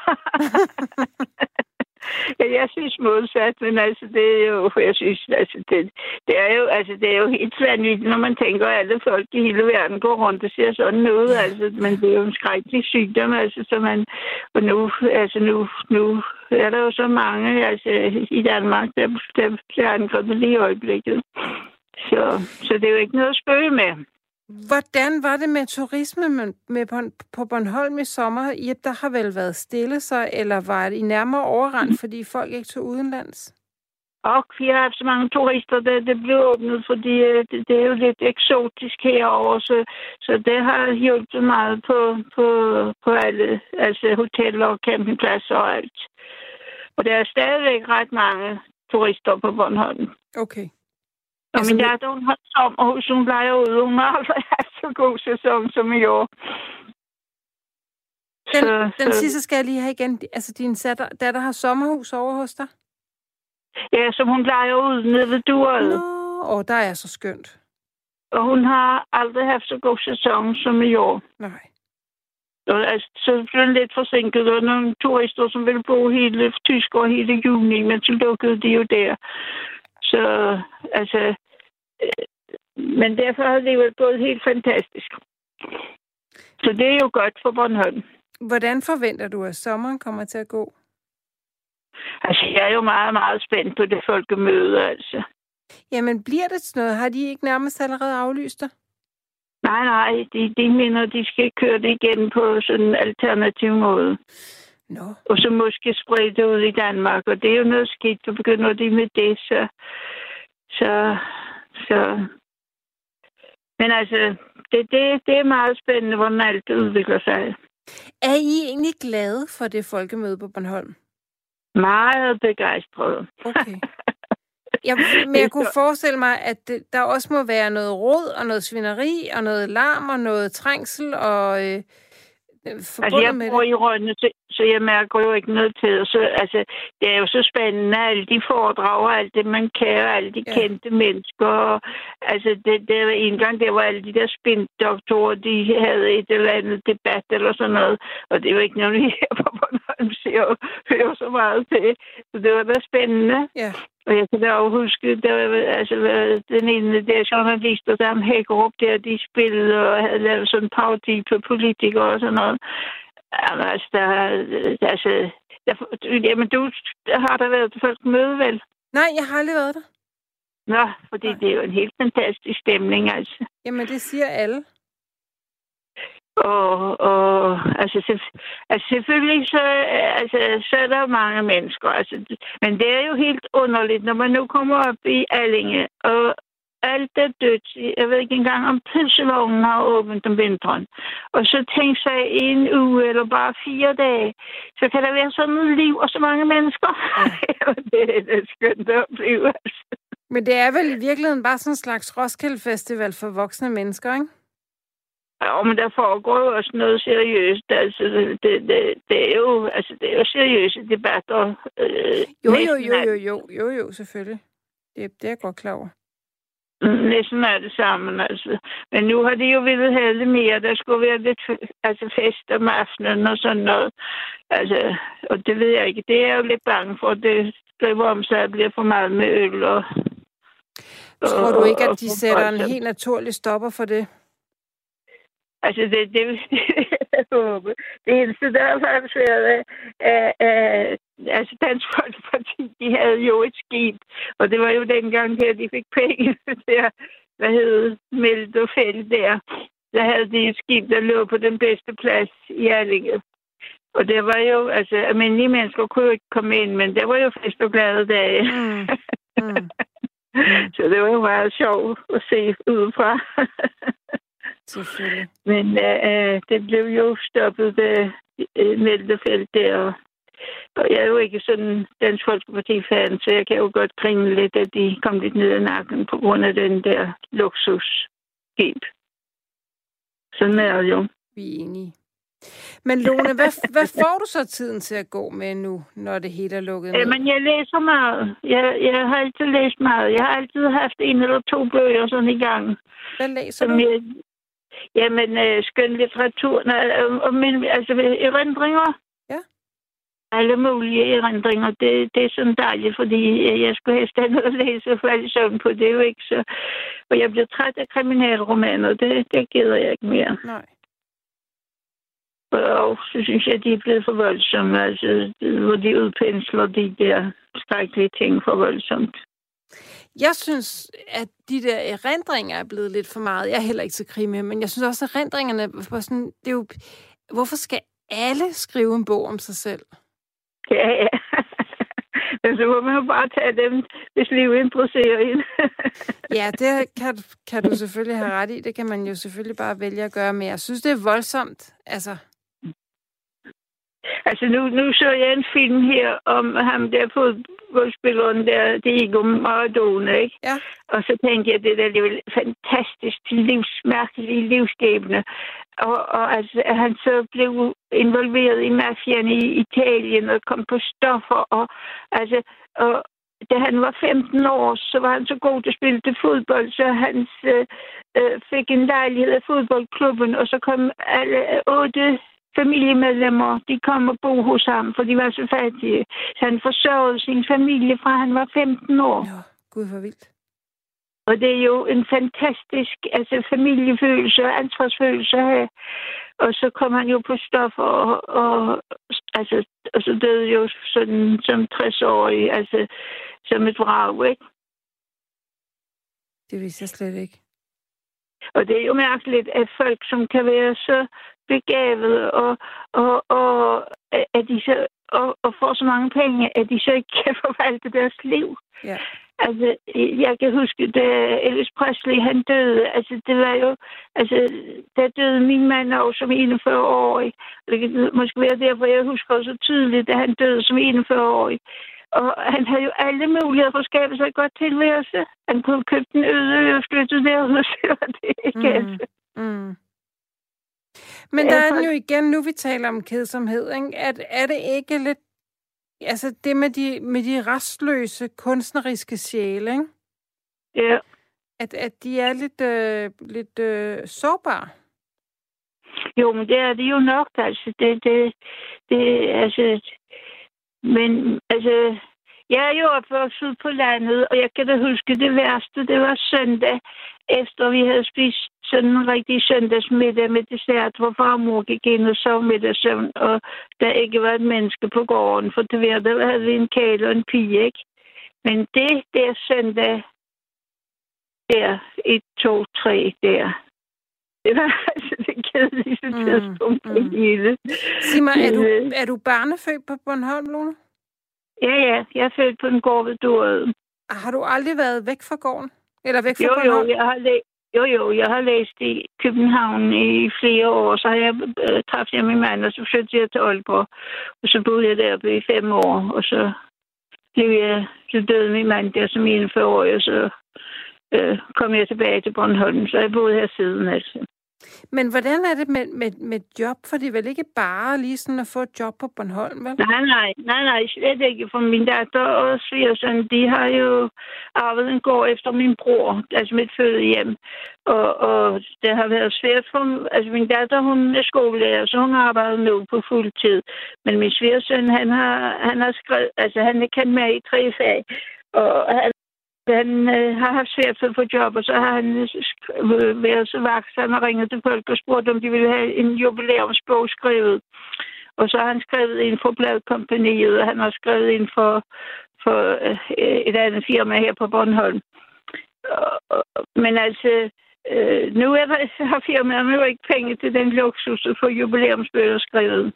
Ja, jeg synes modsat, men altså det er jo, jeg synes, altså det, det er jo, altså det er jo helt vanvittigt, når man tænker, at alle folk i hele verden går rundt og ser sådan ud, altså, men det er jo en skrækkelig sygdom, altså, så man, og nu, altså nu, nu er der jo så mange, altså i Danmark, der, der bliver angrebet lige i øjeblikket. Så, så det er jo ikke noget at spøge med. Hvordan var det med turisme med, med på, på Bornholm i sommer? Ja, der har vel været stille så, eller var det i nærmere overrand, fordi folk ikke tog udenlands? Og vi har haft så mange turister, der det blev åbnet, fordi øh, det, det er jo lidt eksotisk herovre, så, så det har hjulpet meget på, på, på alle, altså hoteller og campingpladser og alt. Og der er stadigvæk ret mange turister på Bornholm. Okay. Og Altså, min datter, hun har sommerhus, hun leger ud. Hun har aldrig haft så god sæson som i år. Den, Så- den så- sidste skal jeg lige have igen. Altså, din datter, datter har sommerhus over hos dig? Ja, som hun leger ud nede ved Duret. Nå, åh, der er så skønt. Og hun har aldrig haft så god sæson som i år. Nej. Og altså, så blev den lidt forsinket. Der var nogle turister, som ville bo hele Tyskland hele juni, men så lukkede de jo der. Så, altså... Øh, men derfor har det jo gået helt fantastisk. Så det er jo godt for Bornholm. Hvordan forventer du, at sommeren kommer til at gå? Altså, jeg er jo meget, meget spændt på det folkemøde, altså. Jamen, bliver det sådan noget? Har de ikke nærmest allerede aflyst det? Nej, nej, de, de mener, de skal køre det igen på sådan en alternativ måde. Nå. Og så måske sprede det ud i Danmark. Og det er jo noget skidt, så begynder de med det, så, så, Så... Men altså, det, det, det er meget spændende, hvordan alt udvikler sig. Er I egentlig glade for det folkemøde på Bornholm? Meget begejstret. Okay. Jeg, men jeg kunne forestille mig, at det, der også må være noget rod og noget svineri og noget larm og noget trængsel og øh, altså, jeg bor i Rønne, så, så jeg mærker jo ikke noget til. Så, altså, det er jo så spændende, alle de foredrag og alt det, man kan, og alle de ja. kendte mennesker. Og, altså, det, det var en gang, der var alle de der spindoktorer, de havde et eller andet debat eller sådan noget. Og det var ikke noget, vi her på Bornholm ser og hører så meget til. Så det var da spændende. Ja. Og jeg kan da også huske, der var altså, den ene der journalister, der om Hækkerup der, de spillede og havde lavet sådan en parodi på politikere og sådan noget. Jamen, altså, der, altså, der, jamen, du har der været til folk møde, vel? Nej, jeg har aldrig været der. Nå, fordi Nej. det er jo en helt fantastisk stemning, altså. Jamen, det siger alle. Og, og altså, selv, altså selvfølgelig så, altså, så er der mange mennesker. Altså, men det er jo helt underligt, når man nu kommer op i Allinge, og alt er dødt. Jeg ved ikke engang, om pølsevognen har åbent om vinteren. Og så tænk sig en uge eller bare fire dage, så kan der være sådan et liv og så mange mennesker. Ja. det, det er skønt at opleve, altså. Men det er vel i virkeligheden bare sådan en slags Roskilde Festival for voksne mennesker, ikke? Ja, men der foregår jo også noget seriøst. Altså, det, det, det er jo, altså, det er jo seriøse debatter. Øh, jo, jo, jo, jo, jo, jo, jo, selvfølgelig. Det, det er jeg godt klar over. Næsten er det sammen, altså. Men nu har de jo ville have lidt mere. Der skulle være lidt altså, fest om aftenen og sådan noget. Altså, og det ved jeg ikke. Det er jeg jo lidt bange for. Det skriver om sig, at det bliver for meget med øl og... Tror du ikke, at de sætter en helt naturlig stopper for det? Altså, det, det, jeg håber. Det eneste, der har faktisk været, at, at, altså Dansk Folkeparti, de havde jo et skib, og det var jo dengang her, de fik penge der, hvad hed Meldt og Fæld der. Der havde de et skib, der lå på den bedste plads i Allinge. Og det var jo, altså, almindelige mennesker kunne jo ikke komme ind, men det var jo fest og glade dage. Mm. Mm. Så det var jo meget sjovt at se udefra. Selvfølgelig. Men øh, det blev jo stoppet ved øh, Meldefelt der. Og jeg er jo ikke sådan Dansk Folkeparti-fan, så jeg kan jo godt grine lidt, at de kom lidt ned ad nakken på grund af den der luksusskib. Sådan er det jo. Vi er enige. Men Lone, hvad, hvad får du så tiden til at gå med nu, når det hele er lukket ned? Men jeg læser meget. Jeg, jeg har altid læst meget. Jeg har altid haft en eller to bøger sådan i gang. Hvad læser du? Jeg, jamen, øh, skøn litteratur. Nej, og min, altså, erindringer. Ja. Alle mulige erindringer. Det, det er sådan dejligt, fordi jeg skulle helst have noget at læse og falde i søvn på. Det er jo ikke så... Og jeg bliver træt af kriminalromaner. Det, det gider jeg ikke mere. Nej. Og så synes jeg, at de er blevet for voldsomme. Altså, hvor de udpensler de der skrækkelige ting for voldsomt. Jeg synes, at de der erindringer er blevet lidt for meget. Jeg er heller ikke så krimi, men jeg synes også, at erindringerne var sådan... Det er jo, hvorfor skal alle skrive en bog om sig selv? Ja, ja. Men så må man jo bare tage dem, hvis livet interesserer en. Ja, det kan, kan du selvfølgelig have ret i. Det kan man jo selvfølgelig bare vælge at gøre. Men jeg synes, det er voldsomt. Altså... Altså, nu, nu så jeg en film her om ham der fodboldspilleren der, Diego Maradona, ikke? Ja. Og så tænkte jeg, det der er jo fantastisk livsmærkelige livsskæbne. Og, og altså, at han så blev involveret i mafiaen i Italien og kom på stoffer. Og, altså, og da han var femten år, så var han så god til at spille til fodbold, så han øh, fik en lejlighed af fodboldklubben, og så kom alle otte familiemedlemmer, de kom og bo hos ham, for de var så fattige. Så han forsørgede sin familie fra han var femten år. Ja, gud, hvor vildt. Og det er jo en fantastisk altså, familiefølelse og ansvarsfølelse her. Og så kom han jo på stoffer, og, og, altså, og så døde jo sådan som tres-årig, altså som et vrag, ikke? Det vidste jeg slet ikke. Og det er jo mærkeligt, at folk, som kan være så begavet og, og, og, at de så, og, og får så mange penge, at de så ikke kan forvalte deres liv. Ja. Altså, jeg kan huske, da Elvis Presley, han døde, altså, det var jo, altså, der døde min mand også som enogfyrre-årig. Det kan måske være derfor, jeg husker også tydeligt, at han døde som enogfyrre-årig. Og han havde jo alle muligheder for at skabe sig et godt tilværelse. Han kunne købe en øde og flytte derud, så var det ikke mm. altså. Mm. Men der er den jo igen, nu vi taler om kedsomhed, ikke? At, er det ikke lidt, altså det med de, med de restløse kunstneriske sjæle, ikke? Ja. At, at de er lidt, øh, lidt øh, sårbare. Jo, men det er det jo nok, altså. Det, det, det, altså... Men, altså... Jeg er jo opvokset på landet, og jeg kan da huske, det værste, det var søndag, efter vi havde spist sådan en rigtig søndagsmiddag med dessert, hvor far og mor gik ind og sov middagssøvn, og der ikke var et menneske på gården, for det var, der havde vi en kæle og en pige, ikke? Men det der søndag, der, et, to, tre, der, det var altså det kedeligste mm, tidspunkt mm. i hele. Sig mig, er du, er du barnefødt på Bornholm, Lone? Ja, ja. Jeg er født på en gård ved Duret. Har du aldrig været væk fra gården? Eller væk fra jo, Bornholm? Jo, jeg har læ- jo, jo, jeg har læst i København i flere år. Så har jeg øh, træffet jeg min mand, og så flyttede jeg til Aalborg. Og så boede jeg deroppe i fem år. Og så blev jeg, så døde min mand der som enogfyrre år, og så øh, kom jeg tilbage til Bornholm. Så jeg boede her siden, altså. Men hvordan er det med, med, med job? For det er vel ikke bare lige sådan at få et job på Bornholm, vel? Nej, nej, nej, nej, slet ikke. For min datter og svigersøn, de har jo arvet en gård efter min bror, altså mit fødehjem. Og, og det har været svært for, altså min datter, hun er skolelærer, så hun arbejder nu på fuld tid. Men min svigersøn, han har, han har skrevet, altså han er kendt med i tre fag, og han Han øh, har haft svært for at få job, og så har han øh, været så vaks, han har ringet til folk og spurgt, om de ville have en jubilæumsbog skrevet. Og så har han skrevet ind for Bladkompagniet, og han har skrevet ind for, for øh, et andet firma her på Bornholm. Men altså, øh, nu er der, har firmaerne jo ikke penge til den luksus at få jubilæumsbøger skrevet.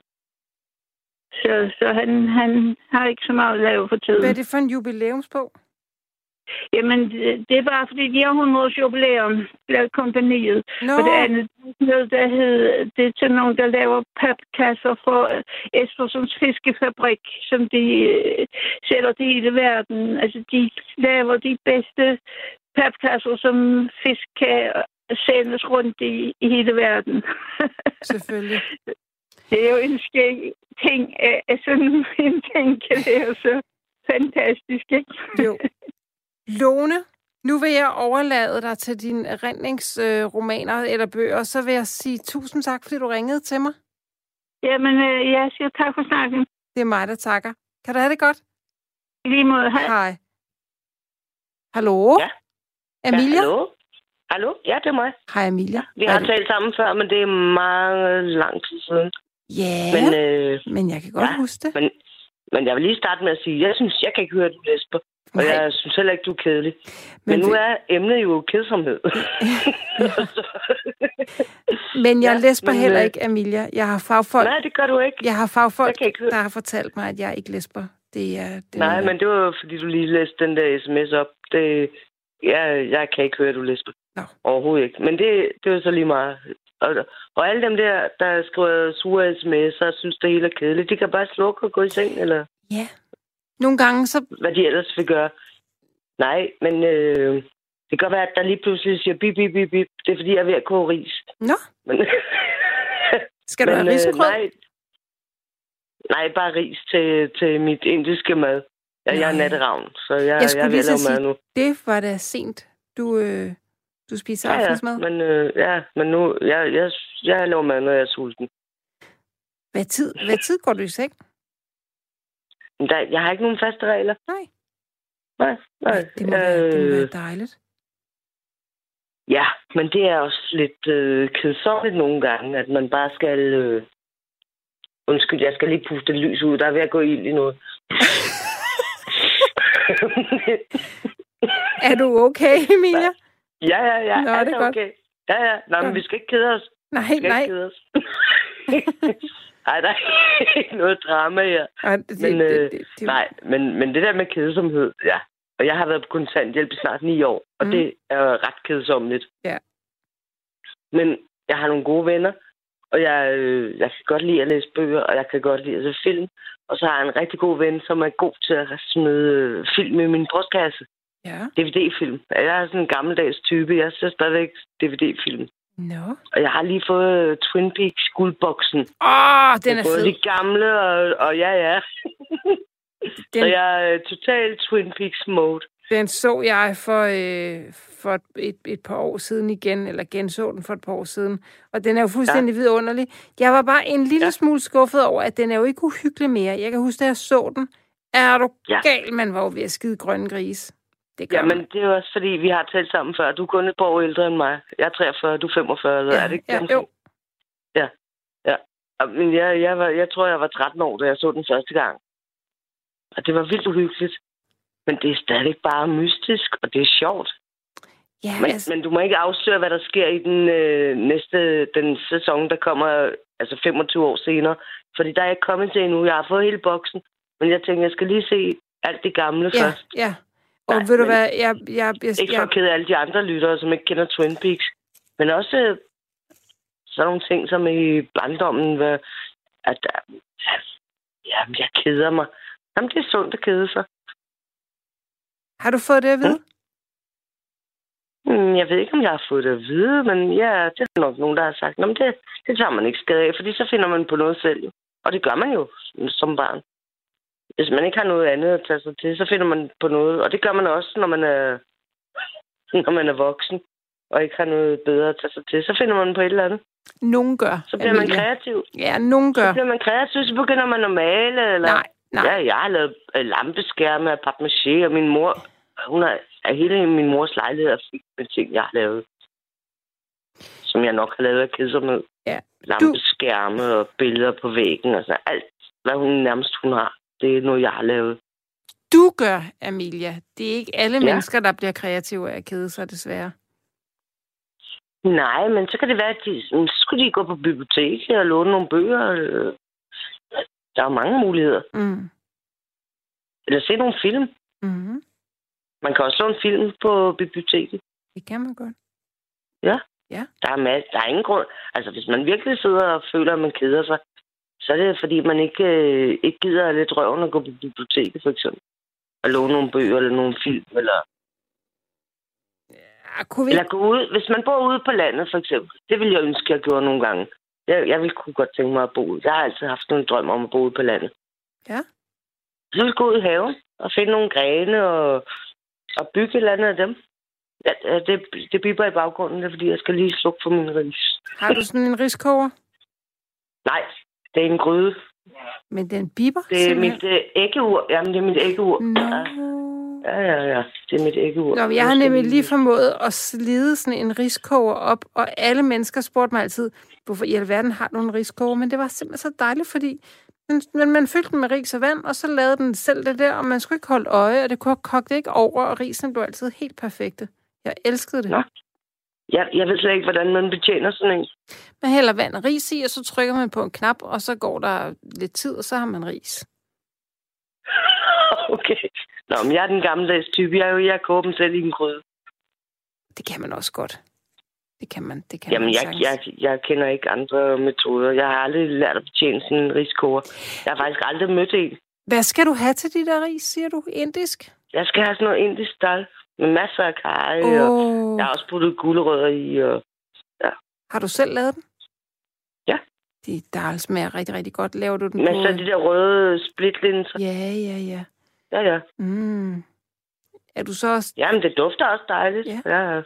Så, så han, han har ikke så meget at lave for tiden. Hvad er det for en jubilæumsbog? Jamen, det er bare fordi, de har hundrede års jubilæum, Bladkompagniet. No. Og det andet, noget, der hedder, det er til nogen, der laver papkasser for Espersens fiskefabrik, som de uh, sælger til hele verden. Altså, de laver de bedste papkasser, som fisk kan sendes rundt i, i hele verden. Selvfølgelig. Det er jo en skæg ting, at sådan en ting kan være så fantastisk, ikke? Jo. Lone, nu vil jeg overlade dig til dine erindringsromaner øh, eller bøger, og så vil jeg sige tusind tak, fordi du ringede til mig. Jamen, øh, jeg siger tak for snakken. Det er mig, der takker. Kan du have det godt? I lige måde. Hej. Hej. Hallo? Ja. Emilia? Ja, hallo? Hallo? Ja, det er mig. Hej, Emilia. Vi har talt sammen før, men det er meget lang tid siden. Ja, men, øh, men jeg kan godt ja, huske det. Men, men jeg vil lige starte med at sige, jeg synes, jeg kan ikke høre, at du læser. Og Nej. jeg synes heller ikke, du er kedelig. Men, Men nu det... er emnet jo kedsomhed. men jeg ja, lesber men, heller ikke, Emilia. Jeg har fagfolk... Nej, det gør du ikke. Jeg har fagfolk, jeg der har fortalt mig, at jeg ikke lesber. Det er, det Nej, er... men det var fordi, du lige læste den der sms op. Det... Jeg, jeg kan ikke høre, at du lesber. No. Overhovedet ikke. Men det, det er så lige meget. Og, og alle dem der, der skriver sure sms'er, synes det hele er kedeligt, de kan bare slukke og gå i seng, eller... Ja. Nogle gange så... Hvad de ellers vil gøre. Nej, men øh, det kan godt være, at der lige pludselig siger bip, bip, bip, bip. Det er, fordi jeg er ved at koge ris. Nå. Men, Skal du men, have risengrød? Nej, nej, bare ris til, til mit indiske mad. Jeg, jeg er natteravn, så jeg, jeg, jeg vil lave mad nu. Det var da sent, du, øh, du spiser ja, aftensmad. Ja, men, øh, ja, men nu, jeg, jeg, jeg laver mad, når jeg er sulten. Hvad tid, hvad tid går du i seng? Der, jeg har ikke nogen faste regler. Nej. Nej, nej. Det må, øh, være, det må være dejligt. Ja, men det er også lidt øh, kedsommeligt nogle gange, at man bare skal... Øh... Undskyld, jeg skal lige puste lys ud. Der er ved at gå ild i noget. Er du okay, Emilia? Ja, ja, ja. Nå, er det godt. Okay. Ja, ja. Nå, men vi skal ikke kede os. Nej, vi skal nej. Ikke kede os. Ej, der er ikke noget drama her. Ej, det, men, det, øh, det, det, det. Nej, men, men det der med kedsomhed, ja, Og jeg har været på kontanthjælp i snart ni år, og mm. det er ret kedsommeligt. Ja. Men jeg har nogle gode venner, og jeg, øh, jeg kan godt lide at læse bøger, og jeg kan godt lide at se film. Og så har jeg en rigtig god ven, som er god til at smide film i min postkasse. Ja. D V D-film. Jeg er sådan en gammeldags type. Jeg ser stadigvæk D V D-film. Nå. No. Og jeg har lige fået Twin Peaks guldboksen. Åh, oh, den er både fed. de gamle, og, og ja, ja. Den... Så jeg er totalt Twin Peaks mode. Den så jeg for, øh, for et, et par år siden igen, eller genså den for et par år siden. Og den er jo fuldstændig ja. vidunderlig. Jeg var bare en lille ja. smule skuffet over, at den er jo ikke uhyggelig mere. Jeg kan huske, da jeg så den. Er du ja. gal, man var jo ved at skide grønne gris. Det gør ja, men det er jo også fordi, vi har talt sammen før. Du er kun et par år ældre end mig. Jeg er treogfyrre, du er femogfyrre. Eller ja, er det ikke? Ja, jo. Ja, ja. Men jeg, jeg, var, jeg tror, jeg var tretten år, da jeg så den første gang. Og det var vildt uhyggeligt. Men det er stadig bare mystisk, og det er sjovt. Ja, men, altså... men du må ikke afsløre, hvad der sker i den øh, næste den sæson, der kommer altså femogtyve år senere. Fordi der er ikke kommet til endnu. Jeg har fået hele boksen, men jeg tænker, jeg skal lige se alt det gamle ja, først. Ja, og Nej, ved du hvad, jeg... jeg, jeg ikke for at kede alle de andre lyttere, som ikke kender Twin Peaks. Men også øh, sådan nogle ting, som i barndommen, at, at ja, jeg keder mig. Jamen, det er sundt at kede sig. Har du fået det at vide? Hmm? Jeg ved ikke, om jeg har fået det at vide, men ja, det er nok nogen, der har sagt, men det, det tager man ikke skade af, fordi så finder man på noget selv. Og det gør man jo som barn. Hvis man ikke har noget andet at tage sig til, så finder man på noget. Og det gør man også, når man er, når man er voksen, og ikke har noget bedre at tage sig til. Så finder man på et eller andet. Nogen gør. Så bliver Amelie. man kreativ. Ja, nogen gør. Så bliver man kreativ, så begynder man at male, eller... Nej, nej. Ja, jeg har lavet lampeskærme af papmaché, og min mor... Hun er, er hele min mors lejlighed er fyldt med ting, jeg har lavet. Som jeg nok har lavet af kedsomhed. Ja. Lampeskærme du... og billeder på væggen, og så alt, hvad hun nærmest hun har. Det er noget, jeg har lavet. Du gør, Amelia. Det er ikke alle ja. mennesker, der bliver kreative af at kede sig, desværre. Nej, men så kan det være, at de, så skulle de gå på biblioteket og låne nogle bøger. Der er mange muligheder. Mm. Eller se nogle film. Mm. Man kan også låne film på biblioteket. Det kan man godt. Ja. Ja. Der er, masser, der er ingen grund. Altså, hvis man virkelig sidder og føler, at man keder sig, så er det, fordi man ikke, øh, ikke gider at lidt røven at gå på biblioteket, for eksempel. Og låne nogle bøger eller nogle film, eller... Ja, kunne vi... Eller gå ud. Hvis man bor ude på landet, for eksempel. Det ville jeg ønske, jeg gjorde nogle gange. Jeg, jeg ville kunne godt tænke mig at bo ude. Jeg har altid haft en drøm om at bo ude på landet. Ja. Så ville jeg gå ud i haven og finde nogle grene og, og bygge et eller andet af dem. Ja, det, det bipper i baggrunden, det er, fordi jeg skal lige slukke for min ris. Har du sådan en riskoger? Nej, det er en gryde. Men den bipper? Det er simpelthen mit øh, æggeur. Jamen, det er mit æggeur. No. Ja, ja, ja. Det er mit æggeur. Nå, jeg har nemlig lige formået at slide sådan en riskoger op, og alle mennesker spurgte mig altid, hvorfor i alverden har du en riskoger? Men det var simpelthen så dejligt, fordi man, man fyldte den med ris og vand, og så lavede den selv det der, og man skulle ikke holde øje, og det kunne kogte ikke over, og risen blev altid helt perfekte. Jeg elskede det. Nå. Jeg, jeg ved slet ikke, hvordan man betjener sådan en. Man hælder vand og ris i, og så trykker man på en knap, og så går der lidt tid, og så har man ris. Okay. Nå, men jeg er den gammeldags type. Jeg er jo jeg koger dem selv i en gryde. Det kan man også godt. Det kan man, det kan Jamen, man jeg, jeg, jeg kender ikke andre metoder. Jeg har aldrig lært at betjene sådan en riskoger. Jeg har faktisk aldrig mødt en. Hvad skal du have til de der ris, siger du? Indisk? Jeg skal have sådan noget indisk dal med masser af karry, oh. og jeg har også puttet gulerødder i. Og, ja. Har du selv lavet den? Ja. De dal smager rigtig, rigtig godt. Laver du den Men på... så de der røde splitlinser. Ja, ja, ja. Ja, ja. Mm. Er du så også... Jamen, det dufter også dejligt. Ja. Ja.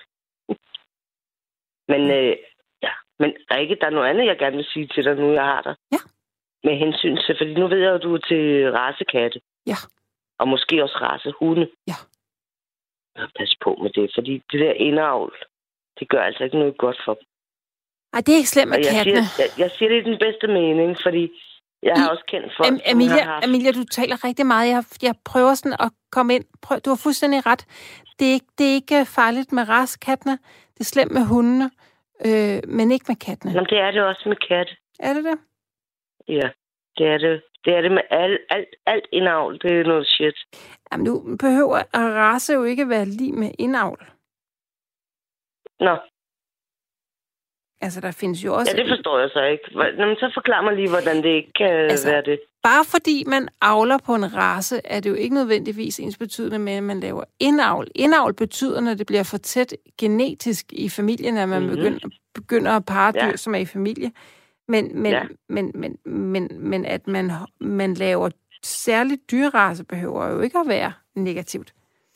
Men, øh, ja. Men Rikke, der er noget andet, jeg gerne vil sige til dig, nu jeg har dig. Ja. Med hensyn til, fordi nu ved jeg jo, at du er til racekatte. Ja. Og måske også racehunde. Ja. Pas på med det, fordi det der indavl, det gør altså ikke noget godt for dem. Ej, det er ikke slemt med jeg kattene. Siger, jeg, jeg siger det i den bedste mening, fordi jeg I, har også kendt folk, Am- Amelia, har haft... Amelia, du taler rigtig meget. Jeg, jeg prøver sådan at komme ind. Prøv, du har fuldstændig ret. Det er, ikke, det er ikke farligt med racekattene. Det er slemt med hundene, øh, men ikke med kattene. Jamen, det er det også med katte. Er det det? Ja. Det er det. Det er det med alt, alt, alt indavl. Det er noget shit. Jamen, nu behøver race jo ikke være lige med indavl. Nå. Altså, der findes jo også... Ja, det forstår jeg så ikke. Nå, men så forklar mig lige, hvordan det ikke kan altså, være det. Bare fordi man avler på en race, er det jo ikke nødvendigvis ensbetydende med, at man laver indavl. Indavl betyder, når det bliver for tæt genetisk i familien, at man mm-hmm. begynder, begynder at parre dyr, ja. som er i familie. Men, men, ja. men, men, men, men at man, man laver særligt dyrerace, behøver jo ikke at være negativt.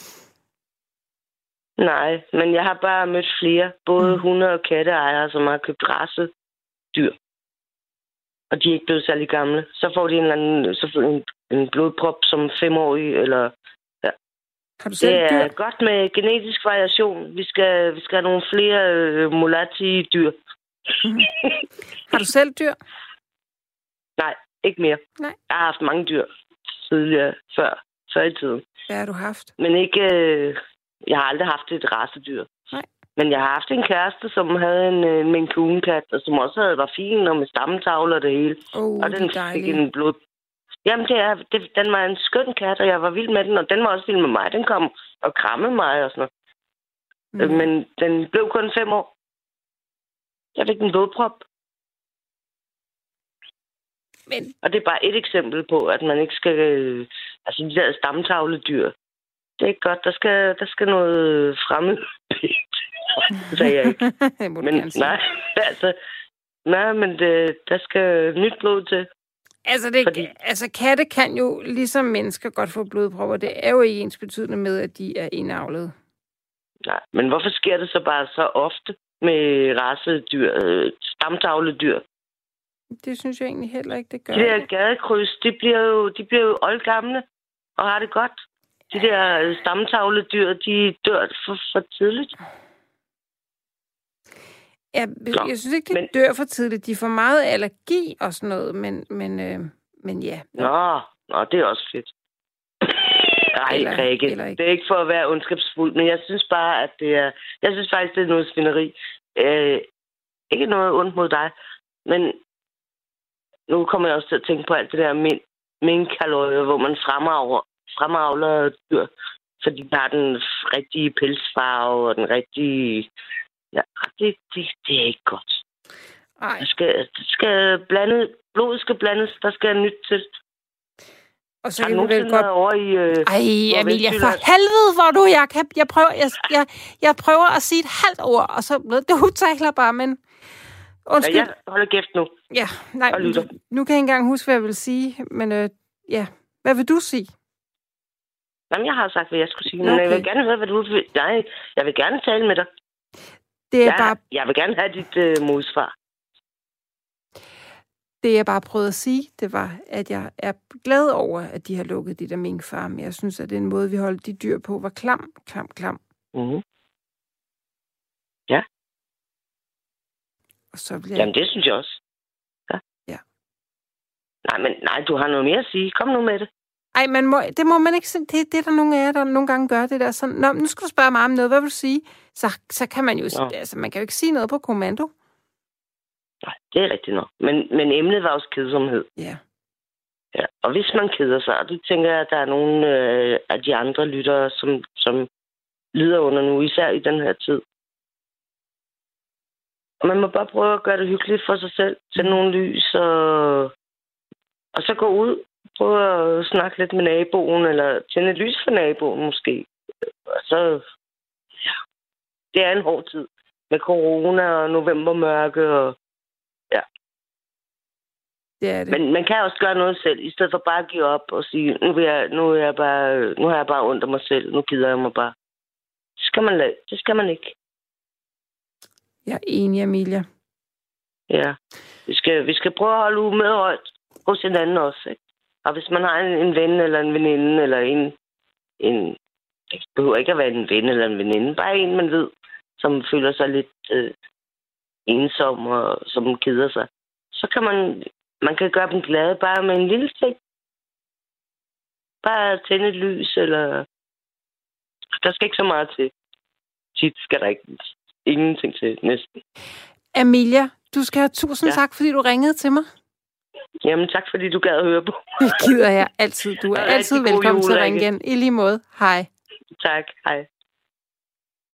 Nej, men jeg har bare mødt flere, både hunde- og katteejere, som har købt racedyr. Og de er ikke blevet særlig gamle. Så får de en eller anden, så får de en, en blodprop som femårig, eller... Ja. Har du selv det er dyr? godt med genetisk variation. Vi skal, vi skal have nogle flere øh, mulati-dyr. Mm-hmm. Har du selv dyr? Nej, ikke mere. Nej. Jeg har haft mange dyr tidligere, før, før i tiden. Hvad har du haft? Men ikke... Øh, jeg har aldrig haft et racedyr. Nej. Men jeg har haft en kæreste, som havde en, en Maine Coon-kat, og som også havde, var fin og med stammetavler og det hele. Oh, og den fik en blod... Jamen, det er, det, den var en skøn kat, og jeg var vild med den, og den var også vild med mig. Den kom og krammede mig og sådan noget. Mm. Men den blev kun fem år. Jeg fik en blodprop. Men... Og det er bare et eksempel på, at man ikke skal... Øh, altså, de der stammetavledyr, det er ikke godt. Der skal, der skal noget fremmed. Det sagde jeg ikke. Men nej, altså, nej, men det, der skal nyt blod til. Altså, det, Fordi... altså, katte kan jo, ligesom mennesker, godt få blodpropper. Det er jo ikke ens betydende med, at de er indavlede. Nej, men hvorfor sker det så bare så ofte med racedyr, øh, stamtavledyr? Det synes jeg egentlig heller ikke, det gør. De der gadekryds, de bliver jo, de bliver jo oldgamle og har det godt. De der stamtavledyr, de dør for, for tidligt. Ja, Nå, jeg synes ikke, de men... dør for tidligt. De får meget allergi og sådan noget, men, men, øh, men ja. Nå, nå, det er også fedt. Nej, eller, Rikke. eller ikke. Det er ikke for at være ondskabsfuld, men jeg synes bare, at det er... Jeg synes faktisk, det er noget svineri. Øh, ikke noget ondt mod dig, men nu kommer jeg også til at tænke på alt det der min, minkhaløje, hvor man fremavler, fremavler dyr, fordi der har den rigtige pelsfarve og den rigtige... Ja, det, det, det er ikke godt. Ej. Det skal, det skal blande, blodet skal blandes, der skal nyt til. Og så kan du vel godt... over i... Øh, Ej, Emilia, for helvede, hvor du... Jeg, kan, jeg, prøver, jeg, jeg, jeg prøver at sige et halvt ord, og så... Du taler bare, men... Undskyld. Ja, jeg holder kæft nu. Ja, nej, nu, nu kan jeg ikke engang huske, hvad jeg vil sige, men øh, ja. Hvad vil du sige? Jamen, jeg har sagt, hvad jeg skulle sige, men okay. jeg vil gerne høre, hvad du vil... Nej, jeg vil gerne tale med dig. Det er jeg, bare... jeg vil gerne have dit øh, modsvar. Det, jeg bare prøvede at sige, det var, at jeg er glad over, at de har lukket de der minkfarme. Jeg synes, at den måde, vi holdt de dyr på, var klam, klam, klam. Mm-hmm. Ja. Og så bliver... Jamen, det synes jeg også. Ja. Ja. Nej, men nej, du har noget mere at sige. Kom nu med det. Ej, man må, det må man ikke... Det, det er der nogle af jer, der nogle gange gør det der sådan. Nå, nu skal du spørge mig om noget. Hvad vil du sige? Så, så kan man jo... Nå. Altså, man kan jo ikke sige noget på kommando. Nej, det er rigtigt nok. Men, men emnet var også kedsomhed. Ja. Ja. Og hvis man keder sig, og det tænker jeg, at der er nogle øh, af de andre lyttere, som, som lider under nu, især i den her tid. Og man må bare prøve at gøre det hyggeligt for sig selv. Tænde nogle lys, og, og så gå ud. Prøve at snakke lidt med naboen, eller tænde et lys for naboen måske. Og så, ja, det er en hård tid. Med corona og novembermørke, og ja. Det er det. Men man kan også gøre noget selv, i stedet for bare at give op og sige, nu, vil jeg, nu, er jeg bare, nu har jeg bare ondt af mig selv, nu gider jeg mig bare. Det skal man, lade. Det skal man ikke. Jeg er enig, Emilia. Ja. Vi skal, vi skal prøve at holde ud med højt hos hinanden også, ikke? Og hvis man har en, en ven eller en veninde, eller en, en... Det behøver ikke at være en ven eller en veninde, bare en, man ved, som føler sig lidt øh, ensom og som keder sig, så kan man, man kan gøre dem glade bare med en lille ting. Bare tænde et lys, eller... Der skal ikke så meget til. Tit skal der ikke ingenting til, næsten. Emilia, du skal have tusind ja. tak, fordi du ringede til mig. Jamen, tak fordi du gad at høre på. Det gider jeg altid. Du er altid velkommen til at ringe igen. I lige måde. Hej. Tak. Hej.